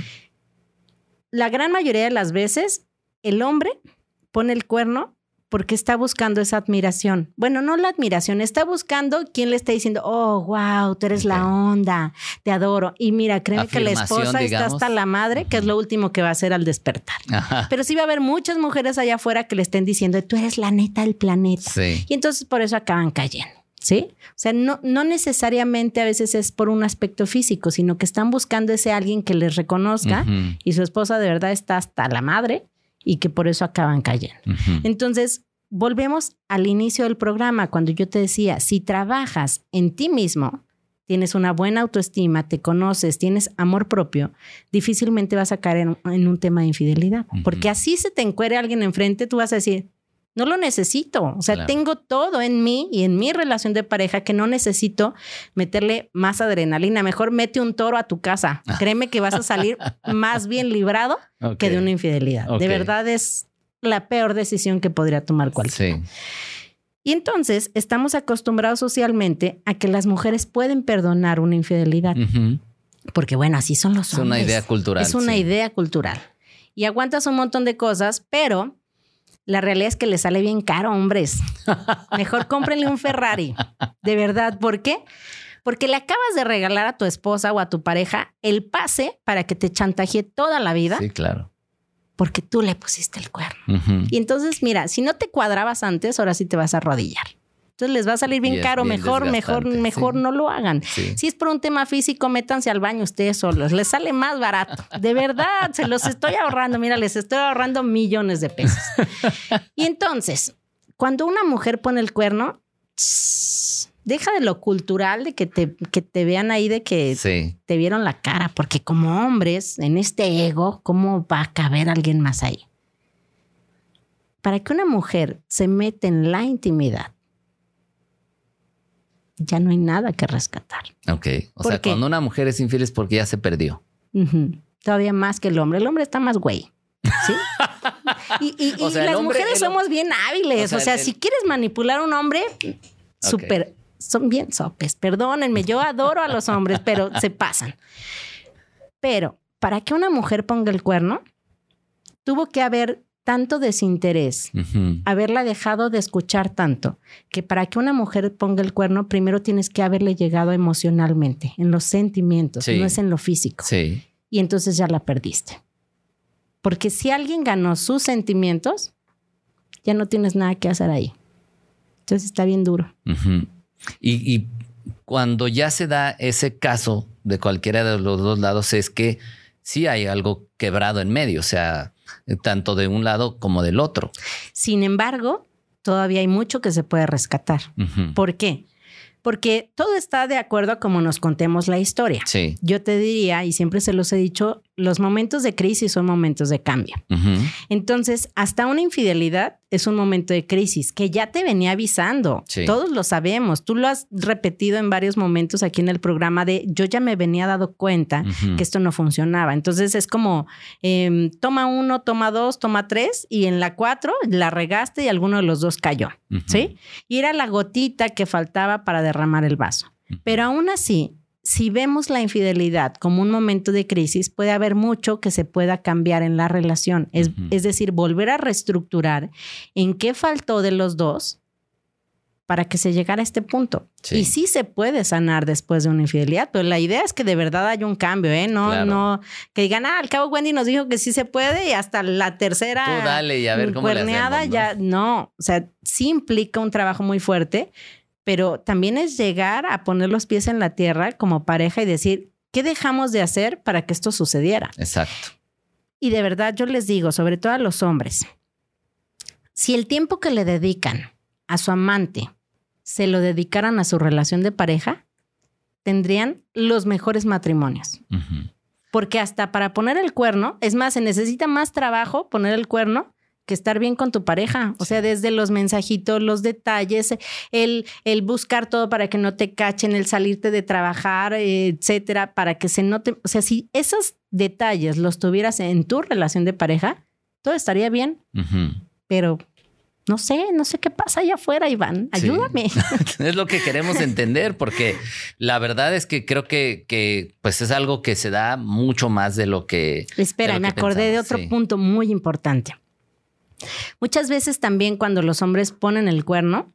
La gran mayoría de las veces, el hombre pone el cuerno porque está buscando esa admiración. Bueno, no la admiración, está buscando quien le está diciendo, oh, wow, tú eres la onda, te adoro. Y mira, créeme que la esposa está hasta la madre, que es lo último que va a hacer al despertar. Pero sí va a haber muchas mujeres allá afuera que le estén diciendo, tú eres la neta del planeta. Sí. Y entonces por eso acaban cayendo. ¿Sí? O sea, no necesariamente a veces es por un aspecto físico, sino que están buscando ese alguien que les reconozca y su esposa de verdad está hasta la madre y que por eso acaban cayendo. Entonces, volvemos al inicio del programa cuando yo te decía, si trabajas en ti mismo, tienes una buena autoestima, te conoces, tienes amor propio, difícilmente vas a caer en un tema de infidelidad. Porque así se te encuere alguien enfrente, tú vas a decir, no lo necesito. O sea, claro, tengo todo en mí y en mi relación de pareja que no necesito meterle más adrenalina. Mejor mete un toro a tu casa. Créeme que vas a salir más bien librado que de una infidelidad. De verdad es la peor decisión que podría tomar cualquiera. Sí. Y entonces estamos acostumbrados socialmente a que las mujeres pueden perdonar una infidelidad. Porque bueno, así son los hombres. Es una idea cultural. Es una idea cultural. Y aguantas un montón de cosas, pero la realidad es que le sale bien caro, hombres. Mejor cómprenle un Ferrari. De verdad. ¿Por qué? Porque le acabas de regalar a tu esposa o a tu pareja el pase para que te chantajee toda la vida. Sí, claro. Porque tú le pusiste el cuerno. Y entonces, mira, si no te cuadrabas antes, ahora sí te vas a arrodillar. Entonces les va a salir bien caro. Bien mejor no lo hagan. Sí. Si es por un tema físico, métanse al baño ustedes solos. Les sale más barato. De verdad, se los estoy ahorrando. Mira, les estoy ahorrando millones de pesos. Y entonces, cuando una mujer pone el cuerno, deja de lo cultural, de que te vean ahí, de que te vieron la cara. Porque como hombres, en este ego, ¿cómo va a caber alguien más ahí? Para que una mujer se meta en la intimidad, ya no hay nada que rescatar. Ok. O sea, cuando una mujer es infiel es porque ya se perdió. Todavía más que el hombre. El hombre está más güey. ¿Sí? Y las mujeres somos bien hábiles. O sea, si quieres manipular a un hombre, súper, son bien sopes. Perdónenme, yo adoro a los hombres, pero se pasan. Pero para que una mujer ponga el cuerno, tuvo que haber tanto desinterés, haberla dejado de escuchar tanto, que para que una mujer ponga el cuerno, primero tienes que haberle llegado emocionalmente, en los sentimientos, no es en lo físico. Sí. Y entonces ya la perdiste. Porque si alguien ganó sus sentimientos, ya no tienes nada que hacer ahí. Entonces está bien duro. Y cuando ya se da ese caso de cualquiera de los dos lados, es que sí hay algo quebrado en medio, o sea, tanto de un lado como del otro. Sin embargo, todavía hay mucho que se puede rescatar. ¿Por qué? Porque todo está de acuerdo a cómo nos contemos la historia. Sí. Yo te diría, y siempre se los he dicho, los momentos de crisis son momentos de cambio. Entonces, hasta una infidelidad es un momento de crisis que ya te venía avisando. Sí. Todos lo sabemos. Tú lo has repetido en varios momentos aquí en el programa de yo ya me venía dado cuenta que esto no funcionaba. Entonces es como toma 1, toma 2, toma 3 y en la 4 la regaste y alguno de los dos cayó. ¿Sí? Y era la gotita que faltaba para derramar el vaso. Pero aún así, si vemos la infidelidad como un momento de crisis, puede haber mucho que se pueda cambiar en la relación. Es decir, volver a reestructurar en qué faltó de los dos para que se llegara a este punto. Sí. Y sí se puede sanar después de una infidelidad, pero la idea es que de verdad haya un cambio, ¿eh? No que digan, al cabo Wendy nos dijo que sí se puede y hasta la tercera tú dale y a ver cómo le hacemos, ¿no? Ya no. O sea, sí implica un trabajo muy fuerte, pero también es llegar a poner los pies en la tierra como pareja y decir, ¿qué dejamos de hacer para que esto sucediera? Exacto. Y de verdad yo les digo, sobre todo a los hombres, si el tiempo que le dedican a su amante se lo dedicaran a su relación de pareja, tendrían los mejores matrimonios. Uh-huh. Porque hasta para poner el cuerno, es más, se necesita más trabajo poner el cuerno que estar bien con tu pareja. O sea, desde los mensajitos, los detalles, el buscar todo para que no te cachen, el salirte de trabajar, etcétera, para que se note. O sea, si esos detalles los tuvieras en tu relación de pareja, todo estaría bien. Uh-huh. Pero no sé qué pasa allá afuera, Iván. Ayúdame. Sí. Es lo que queremos entender, porque la verdad es que creo que pues es algo que se da mucho más de lo que... Espera, me acordé de otro punto muy importante. Muchas veces también cuando los hombres ponen el cuerno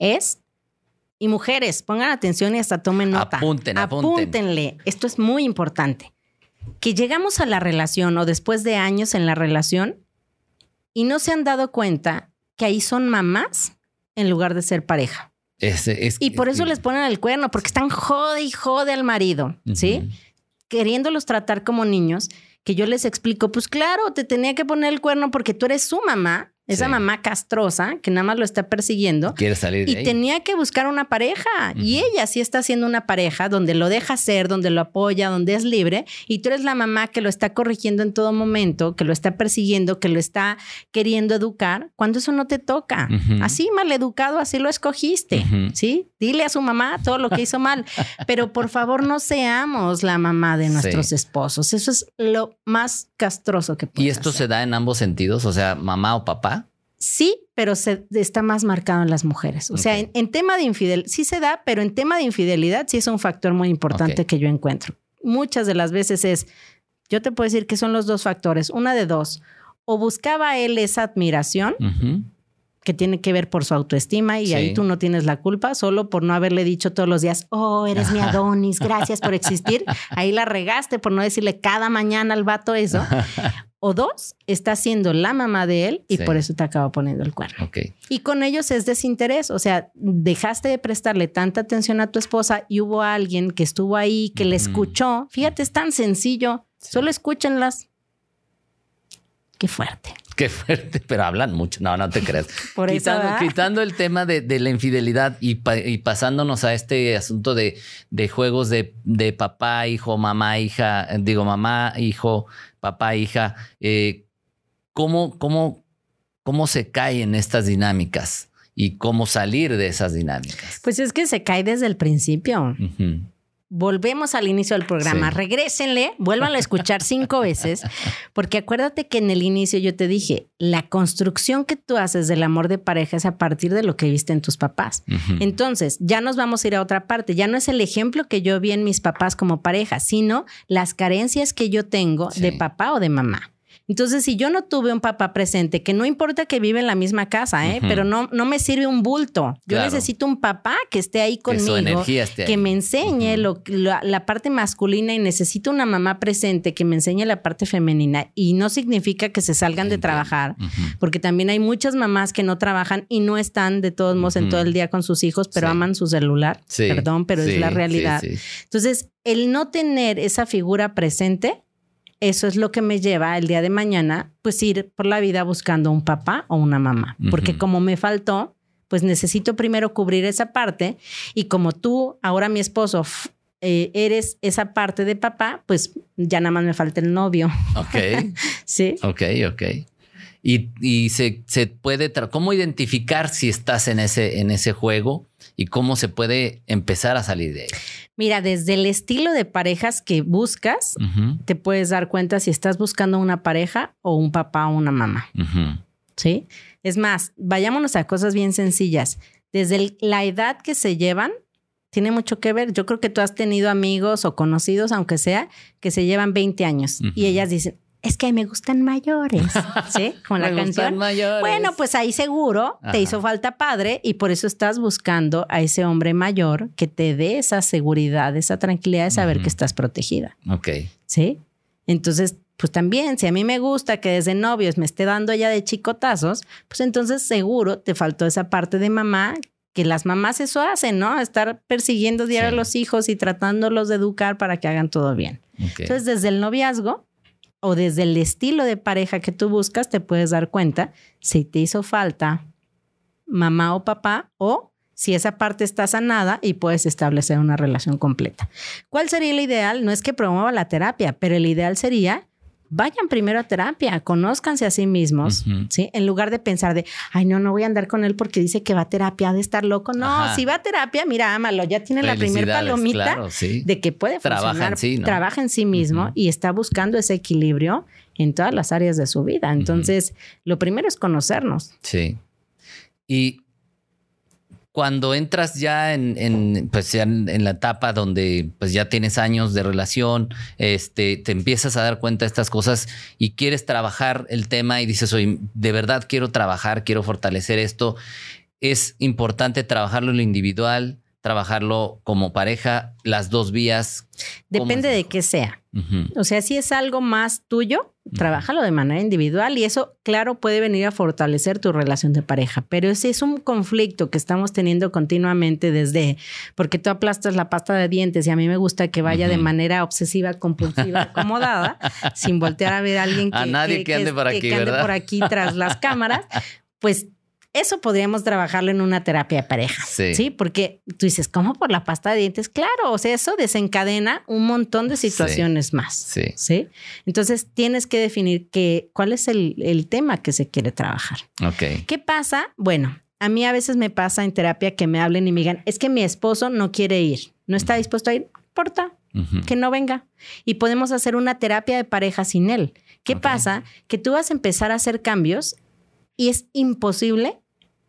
y mujeres, pongan atención y hasta tomen nota. Apúntenle. Esto es muy importante. Que llegamos a la relación o después de años en la relación y no se han dado cuenta que ahí son mamás en lugar de ser pareja. Y por eso les ponen el cuerno, porque están jode y jode al marido, ¿sí? Uh-huh. Queriéndolos tratar como niños, que yo les explico, pues claro, te tenía que poner el cuerno porque tú eres su mamá, esa mamá castrosa que nada más lo está persiguiendo. Quiere salir de ahí. Y tenía que buscar una pareja. Uh-huh. Y ella sí está haciendo una pareja donde lo deja ser, donde lo apoya, donde es libre. Y tú eres la mamá que lo está corrigiendo en todo momento, que lo está persiguiendo, que lo está queriendo educar, cuando eso no te toca. Uh-huh. Así maleducado, así lo escogiste. Uh-huh. ¿Sí? Dile a su mamá todo lo que hizo mal. Pero por favor, no seamos la mamá de nuestros esposos. Eso es lo más castroso que puede ¿Y esto se da en ambos sentidos? O sea, mamá o papá. Sí, pero está más marcado en las mujeres. O sea, en tema de infidelidad, sí se da, pero en tema de infidelidad sí es un factor muy importante que yo encuentro. Muchas de las veces yo te puedo decir que son los dos factores, una de dos. O buscaba él esa admiración que tiene que ver por su autoestima y ahí tú no tienes la culpa, solo por no haberle dicho todos los días, eres mi Adonis, gracias por existir. Ahí la regaste por no decirle cada mañana al vato eso. O dos, está siendo la mamá de él y por eso te acaba poniendo el cuerno. Okay. Y con ellos es desinterés. O sea, dejaste de prestarle tanta atención a tu esposa y hubo alguien que estuvo ahí, que le escuchó. Fíjate, es tan sencillo. Solo escúchenlas. Qué fuerte. Qué fuerte, pero hablan mucho. No te creas. Por quitando el tema de la infidelidad y pasándonos a este asunto de juegos de papá, hijo, mamá, hija, mamá, hijo, papá, hija. ¿Cómo se cae en estas dinámicas y cómo salir de esas dinámicas? Pues es que se cae desde el principio. Uh-huh. Volvemos al inicio del programa. Regrésenle, vuélvanlo a escuchar 5 veces, porque acuérdate que en el inicio yo te dije, la construcción que tú haces del amor de pareja es a partir de lo que viste en tus papás. Uh-huh. Entonces, ya nos vamos a ir a otra parte. Ya no es el ejemplo que yo vi en mis papás como pareja, sino las carencias que yo tengo de papá o de mamá. Entonces, si yo no tuve un papá presente, que no importa que vive en la misma casa, pero no me sirve un bulto. Yo necesito un papá que esté ahí conmigo, que me enseñe la parte masculina y necesito una mamá presente que me enseñe la parte femenina. Y no significa que se salgan de trabajar, porque también hay muchas mamás que no trabajan y no están de todos modos en todo el día con sus hijos, pero aman su celular. Perdón, pero es la realidad. Entonces, el no tener esa figura presente, eso es lo que me lleva el día de mañana, pues ir por la vida buscando un papá o una mamá. Porque como me faltó, pues necesito primero cubrir esa parte. Y como tú, ahora mi esposo, eres esa parte de papá, pues ya nada más me falta el novio. Ok. Sí. Ok. Y se puede... ¿Cómo identificar si estás en ese juego y cómo se puede empezar a salir de él? Mira, desde el estilo de parejas que buscas, te puedes dar cuenta si estás buscando una pareja o un papá o una mamá. ¿Sí? Es más, vayámonos a cosas bien sencillas. Desde la edad que se llevan, Tiene mucho que ver. Yo creo que tú has tenido amigos o conocidos, aunque sea, que se llevan 20 años y ellas dicen, es que me gustan mayores, ¿sí? Con la canción. Mayores. Bueno, pues ahí seguro te hizo falta padre y por eso estás buscando a ese hombre mayor que te dé esa seguridad, esa tranquilidad de saber que estás protegida. Ok. ¿Sí? Entonces, pues también, si a mí me gusta que desde novios me esté dando ya de chicotazos, pues entonces seguro te faltó esa parte de mamá, que las mamás eso hacen, ¿no? Estar persiguiendo diario a los hijos y tratándolos de educar para que hagan todo bien. Okay. Entonces, desde el noviazgo o desde el estilo de pareja que tú buscas, te puedes dar cuenta si te hizo falta mamá o papá o si esa parte está sanada y puedes establecer una relación completa. ¿Cuál sería el ideal? No es que promueva la terapia, pero el ideal sería vayan primero a terapia, conózcanse a sí mismos, ¿sí? En lugar de pensar de, ay, no voy a andar con él porque dice que va a terapia, de estar loco. No, si va a terapia, mira, ámalo. Ya tiene la primera palomita de que puede funcionar. Trabaja en sí mismo y está buscando ese equilibrio en todas las áreas de su vida. Entonces, lo primero es conocernos. Sí. Y cuando entras ya en la etapa donde pues ya tienes años de relación, te empiezas a dar cuenta de estas cosas y quieres trabajar el tema y dices, oye, de verdad quiero trabajar, quiero fortalecer esto. Es importante trabajarlo en lo individual, trabajarlo como pareja, las dos vías. Depende de qué sea. O sea, si es algo más tuyo, trabájalo de manera individual y eso, claro, puede venir a fortalecer tu relación de pareja. Pero ese es un conflicto que estamos teniendo continuamente desde, porque tú aplastas la pasta de dientes y a mí me gusta que vaya de manera obsesiva, compulsiva, acomodada, sin voltear a ver a alguien que ande por aquí tras las cámaras, pues eso podríamos trabajarlo en una terapia de pareja, ¿sí? Porque tú dices, ¿cómo por la pasta de dientes? Claro, o sea, eso desencadena un montón de situaciones más, ¿sí? Entonces, tienes que definir cuál es el tema que se quiere trabajar. Okay. ¿Qué pasa? Bueno, a mí a veces me pasa en terapia que me hablen y me digan, es que mi esposo no quiere ir, no está dispuesto a ir, no importa, que no venga. Y podemos hacer una terapia de pareja sin él. ¿Qué pasa? Que tú vas a empezar a hacer cambios y es imposible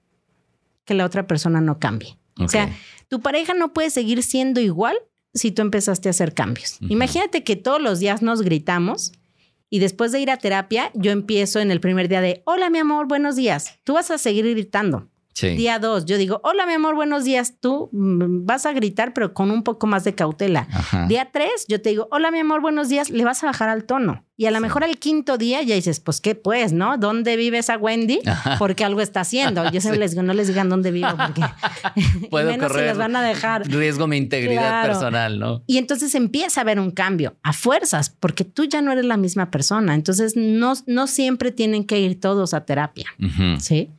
que la otra persona no cambie. O sea, tu pareja no puede seguir siendo igual si tú empezaste a hacer cambios. Imagínate que todos los días nos gritamos y después de ir a terapia, yo empiezo en el primer día de, hola, mi amor, buenos días. Tú vas a seguir gritando. Sí. Día 2, yo digo, hola, mi amor, buenos días. Tú vas a gritar, pero con un poco más de cautela. Día 3, yo te digo, hola, mi amor, buenos días. Le vas a bajar al tono. Y a lo mejor al quinto día ya dices, pues, ¿qué pues, no? ¿Dónde vive esa Wendy? Porque algo está haciendo. Yo siempre les digo, no les digan dónde vivo porque puedo menos correr se les van a dejar. Riesgo mi integridad personal, ¿no? Y entonces empieza a haber un cambio a fuerzas porque tú ya no eres la misma persona. Entonces no siempre tienen que ir todos a terapia, ¿sí?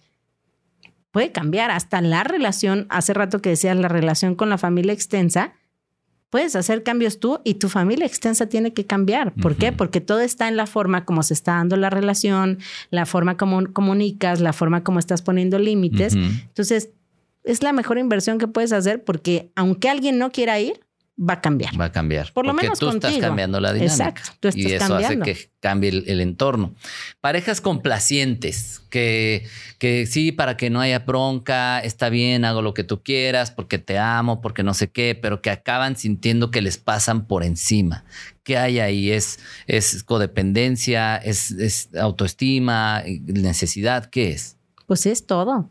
Puede cambiar hasta la relación. Hace rato que decías la relación con la familia extensa. Puedes hacer cambios tú y tu familia extensa tiene que cambiar. ¿Por qué? Porque todo está en la forma como se está dando la relación, la forma como comunicas, la forma como estás poniendo límites. Entonces, es la mejor inversión que puedes hacer porque aunque alguien no quiera ir, va a cambiar. Va a cambiar. Por lo menos tú contigo. Estás cambiando la dinámica. Exacto. Tú estás y eso cambiando. hace que cambie el entorno. Parejas complacientes que sí, para que no haya bronca, está bien, hago lo que tú quieras, porque te amo, porque no sé qué, pero que acaban sintiendo que les pasan por encima. ¿Qué hay ahí? ¿Es codependencia? ¿Es autoestima? ¿Necesidad? ¿Qué es? Pues es todo.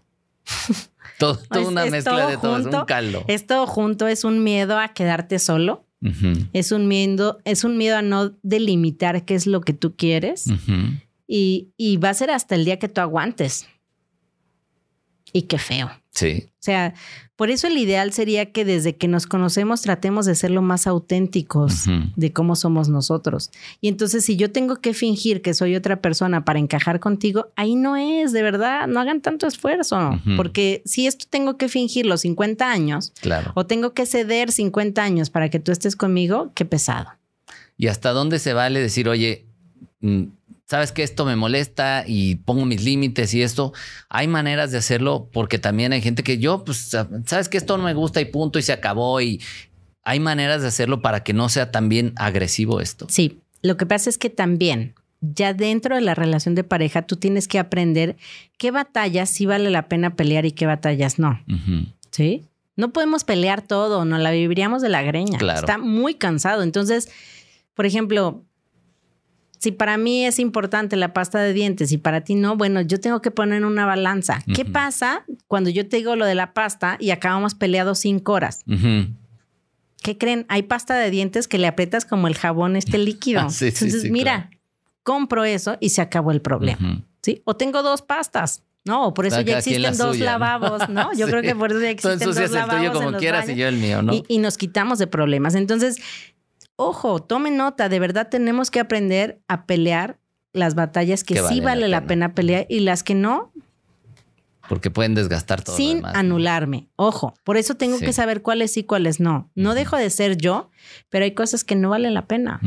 Toda una mezcla de todo, es un caldo. Es todo junto, es un miedo a quedarte solo. Es un miedo a no delimitar qué es lo que tú quieres. Y va a ser hasta el día que tú aguantes. Y qué feo. Sí. O sea, por eso el ideal sería que desde que nos conocemos tratemos de ser lo más auténticos de cómo somos nosotros. Y entonces si yo tengo que fingir que soy otra persona para encajar contigo, ahí no es, de verdad, no hagan tanto esfuerzo. Porque si esto tengo que fingir los 50 años o tengo que ceder 50 años para que tú estés conmigo, qué pesado. ¿Y hasta dónde se vale decir, oye, sabes que esto me molesta y pongo mis límites y esto? Hay maneras de hacerlo porque también hay gente que pues, sabes que esto no me gusta y punto y se acabó, y hay maneras de hacerlo para que no sea tan bien agresivo esto. Sí, lo que pasa es que también ya dentro de la relación de pareja tú tienes que aprender qué batallas sí vale la pena pelear y qué batallas no. ¿Sí? No podemos pelear todo, nos la viviríamos de la greña. Claro. Está muy cansado. Entonces, por ejemplo, si para mí es importante la pasta de dientes y para ti no, bueno, yo tengo que poner en una balanza. ¿Qué pasa cuando yo te digo lo de la pasta y acabamos peleados 5 horas? ¿Qué creen? Hay pasta de dientes que le aprietas como el jabón líquido. Sí, Entonces, mira, claro, compro eso y se acabó el problema. ¿Sí? O tengo 2 pastas. No, por eso ya existen 2 lavabos, ¿no? Yo creo que por eso ya existen 2 lavabos el tuyo como quieras y yo el mío, ¿no? Y nos quitamos de problemas. Entonces, ojo, tomen nota. De verdad tenemos que aprender a pelear las batallas que sí vale la pena pelear y las que no. Porque pueden desgastar todo. Sin lo demás, anularme. ¿No? Ojo, por eso tengo que saber cuáles sí, cuáles no. No dejo de ser yo, pero hay cosas que no valen la pena.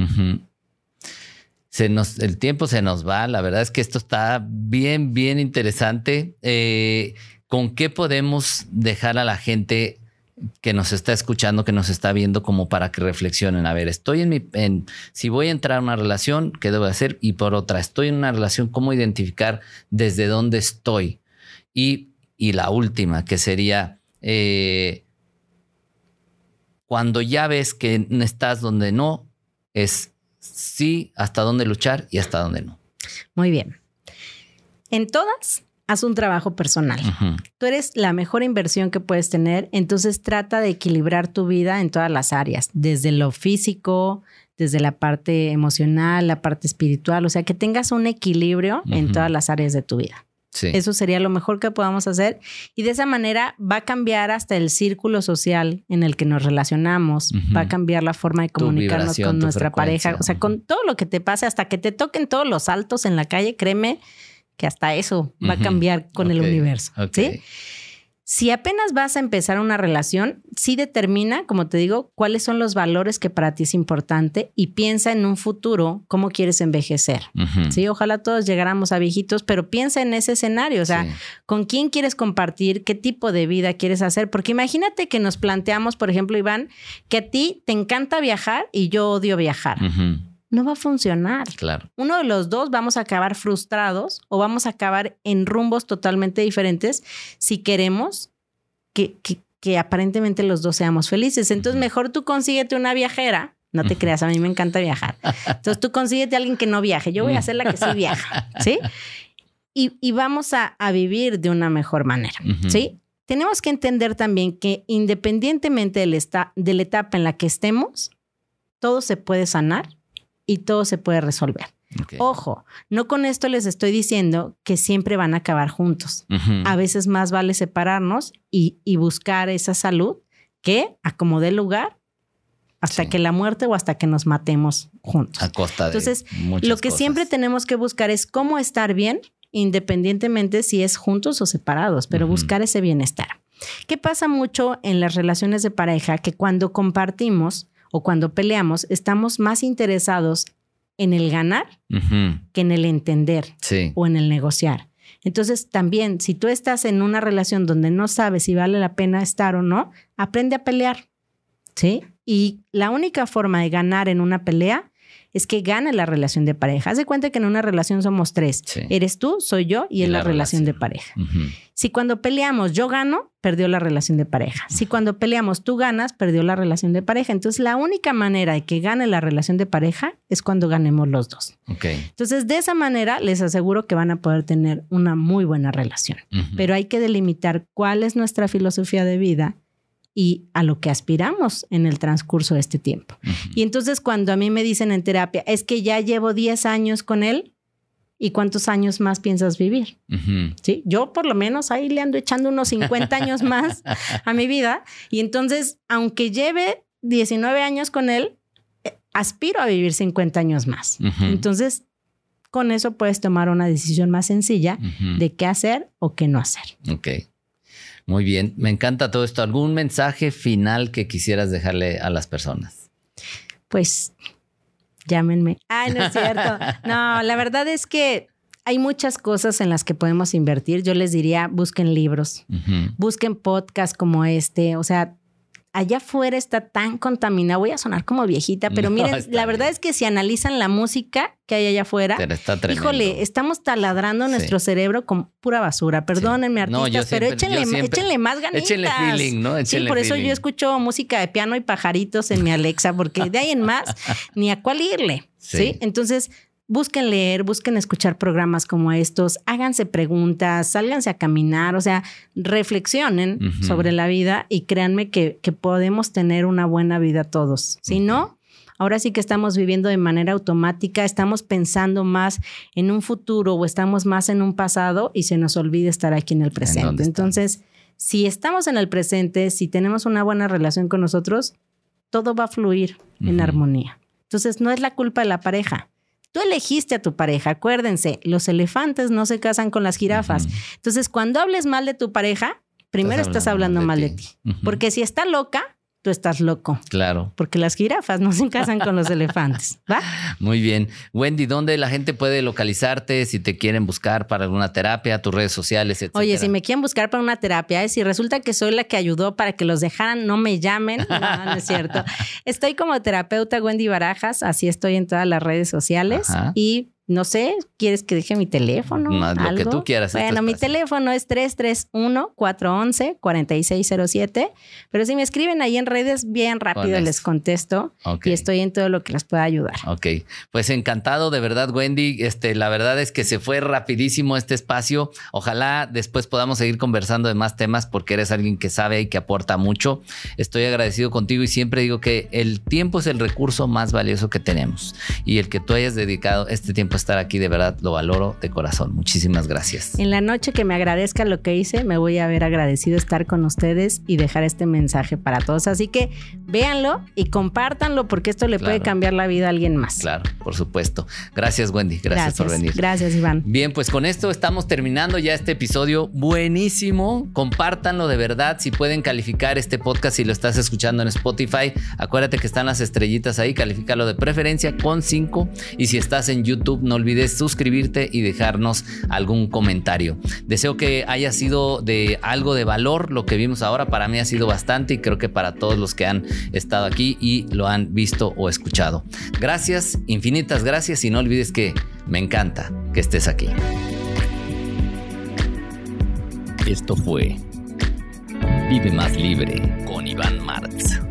El tiempo se nos va. La verdad es que esto está bien, bien interesante. ¿Con qué podemos dejar a la gente que nos está escuchando, que nos está viendo, como para que reflexionen? A ver, si voy a entrar a una relación, ¿qué debo hacer? Y por otra, estoy en una relación, ¿cómo identificar desde dónde estoy? Y la última, que sería cuando ya ves que estás donde no, es sí, hasta dónde luchar y hasta dónde no. Muy bien. En todas, haz un trabajo personal. Tú eres la mejor inversión que puedes tener, entonces trata de equilibrar tu vida en todas las áreas, desde lo físico, desde la parte emocional, la parte espiritual, o sea, que tengas un equilibrio en todas las áreas de tu vida. Sí. Eso sería lo mejor que podamos hacer y de esa manera va a cambiar hasta el círculo social en el que nos relacionamos, va a cambiar la forma de comunicarnos con nuestra pareja, o sea, con todo lo que te pase, hasta que te toquen todos los saltos en la calle, créeme que hasta eso va a cambiar con el universo. ¿Sí? Si apenas vas a empezar una relación, sí determina, como te digo, cuáles son los valores que para ti es importante y piensa en un futuro cómo quieres envejecer. Sí, ojalá todos llegáramos a viejitos, pero piensa en ese escenario, o sea, con quién quieres compartir, qué tipo de vida quieres hacer, porque imagínate que nos planteamos, por ejemplo, Iván, que a ti te encanta viajar y yo odio viajar. No va a funcionar. Claro. Uno de los dos vamos a acabar frustrados o vamos a acabar en rumbos totalmente diferentes si queremos que aparentemente los dos seamos felices. Entonces, mejor tú consíguete una viajera. No te creas, a mí me encanta viajar. Entonces, tú consíguete a alguien que no viaje. Yo voy a ser la que sí viaja, ¿sí? Y vamos a vivir de una mejor manera, ¿sí? Tenemos que entender también que independientemente de la etapa en la que estemos, todo se puede sanar y todo se puede resolver. Ojo, no con esto les estoy diciendo que siempre van a acabar juntos. A veces más vale separarnos y buscar esa salud que acomode el lugar hasta que la muerte o hasta que nos matemos juntos. A costa de Entonces, muchas lo que cosas. siempre tenemos que buscar es cómo estar bien, independientemente si es juntos o separados, pero buscar ese bienestar. ¿Qué pasa mucho en las relaciones de pareja? Que cuando compartimos o cuando peleamos, estamos más interesados en el ganar que en el entender o en el negociar. Entonces, también, si tú estás en una relación donde no sabes si vale la pena estar o no, aprende a pelear, ¿sí? Y la única forma de ganar en una pelea es que gane la relación de pareja. Haz de cuenta que en una relación somos 3. Sí. Eres tú, soy yo y es la relación de pareja. Si cuando peleamos yo gano, perdió la relación de pareja. Si cuando peleamos tú ganas, perdió la relación de pareja. Entonces, la única manera de que gane la relación de pareja es cuando ganemos los dos. Entonces, de esa manera les aseguro que van a poder tener una muy buena relación. Pero hay que delimitar cuál es nuestra filosofía de vida y a lo que aspiramos en el transcurso de este tiempo. Y entonces cuando a mí me dicen en terapia, es que ya llevo 10 años con él, ¿y cuántos años más piensas vivir? ¿Sí? Yo por lo menos ahí le ando echando unos 50 años más a mi vida. Y entonces, aunque lleve 19 años con él, aspiro a vivir 50 años más. Entonces, con eso puedes tomar una decisión más sencilla de qué hacer o qué no hacer. Muy bien, me encanta todo esto. ¿Algún mensaje final que quisieras dejarle a las personas? Pues llámenme. Ay, no es cierto. No, la verdad es que hay muchas cosas en las que podemos invertir. Yo les diría, busquen libros, busquen podcasts como este. O sea, allá afuera está tan contaminado. Voy a sonar como viejita, pero miren, la verdad es que si analizan la música que hay allá afuera, híjole, estamos taladrando nuestro cerebro con pura basura. Perdónenme, artistas, pero échenle más ganitas. Échenle feeling, ¿no? Échenle por eso yo escucho música de piano y pajaritos en mi Alexa, porque de ahí en más ni a cuál irle, ¿sí? Entonces, busquen leer, busquen escuchar programas como estos, háganse preguntas, sálganse a caminar, o sea, reflexionen sobre la vida y créanme que podemos tener una buena vida todos. Si no, ahora sí que estamos viviendo de manera automática, estamos pensando más en un futuro o estamos más en un pasado y se nos olvida estar aquí en el presente. Entonces, si estamos en el presente, si tenemos una buena relación con nosotros, todo va a fluir en armonía. Entonces, no es la culpa de la pareja. Tú elegiste a tu pareja. Acuérdense, los elefantes no se casan con las jirafas. Entonces, cuando hables mal de tu pareja, primero estás hablando mal de ti. Porque si está loca, tú estás loco. Claro. Porque las jirafas no se casan con los elefantes, ¿va? Muy bien. Wendy, ¿dónde la gente puede localizarte si te quieren buscar para alguna terapia, tus redes sociales, etcétera? Oye, si me quieren buscar para una terapia, si resulta que soy la que ayudó para que los dejaran, no me llamen. No es cierto. Estoy como terapeuta Wendy Barajas, así estoy en todas las redes sociales. Y no sé, ¿quieres que deje mi teléfono? No, lo que tú quieras. Bueno, mi teléfono es 331-411-4607. Pero si me escriben ahí en redes, bien rápido les contesto. Y estoy en todo lo que les pueda ayudar. Ok. Pues encantado, de verdad, Wendy. La verdad es que se fue rapidísimo este espacio. Ojalá después podamos seguir conversando de más temas porque eres alguien que sabe y que aporta mucho. Estoy agradecido contigo y siempre digo que el tiempo es el recurso más valioso que tenemos. Y el que tú hayas dedicado este tiempo a estar aquí, de verdad, lo valoro de corazón. Muchísimas gracias. En la noche que me agradezca lo que hice, me voy a ver agradecido estar con ustedes y dejar este mensaje para todos. Así que véanlo y compártanlo porque esto le puede cambiar la vida a alguien más. Claro, por supuesto. Gracias, Wendy. Gracias por venir. Gracias, Iván. Bien, pues con esto estamos terminando ya este episodio. Buenísimo. Compártanlo de verdad. Si pueden calificar este podcast, si lo estás escuchando en Spotify, acuérdate que están las estrellitas ahí. Califícalo de preferencia con 5. Y si estás en YouTube, no olvides suscribirte y dejarnos algún comentario. Deseo que haya sido de algo de valor lo que vimos ahora. Para mí ha sido bastante y creo que para todos los que han estado aquí y lo han visto o escuchado. Gracias, infinitas gracias y no olvides que me encanta que estés aquí. Esto fue Vive Más Libre con Iván Martz.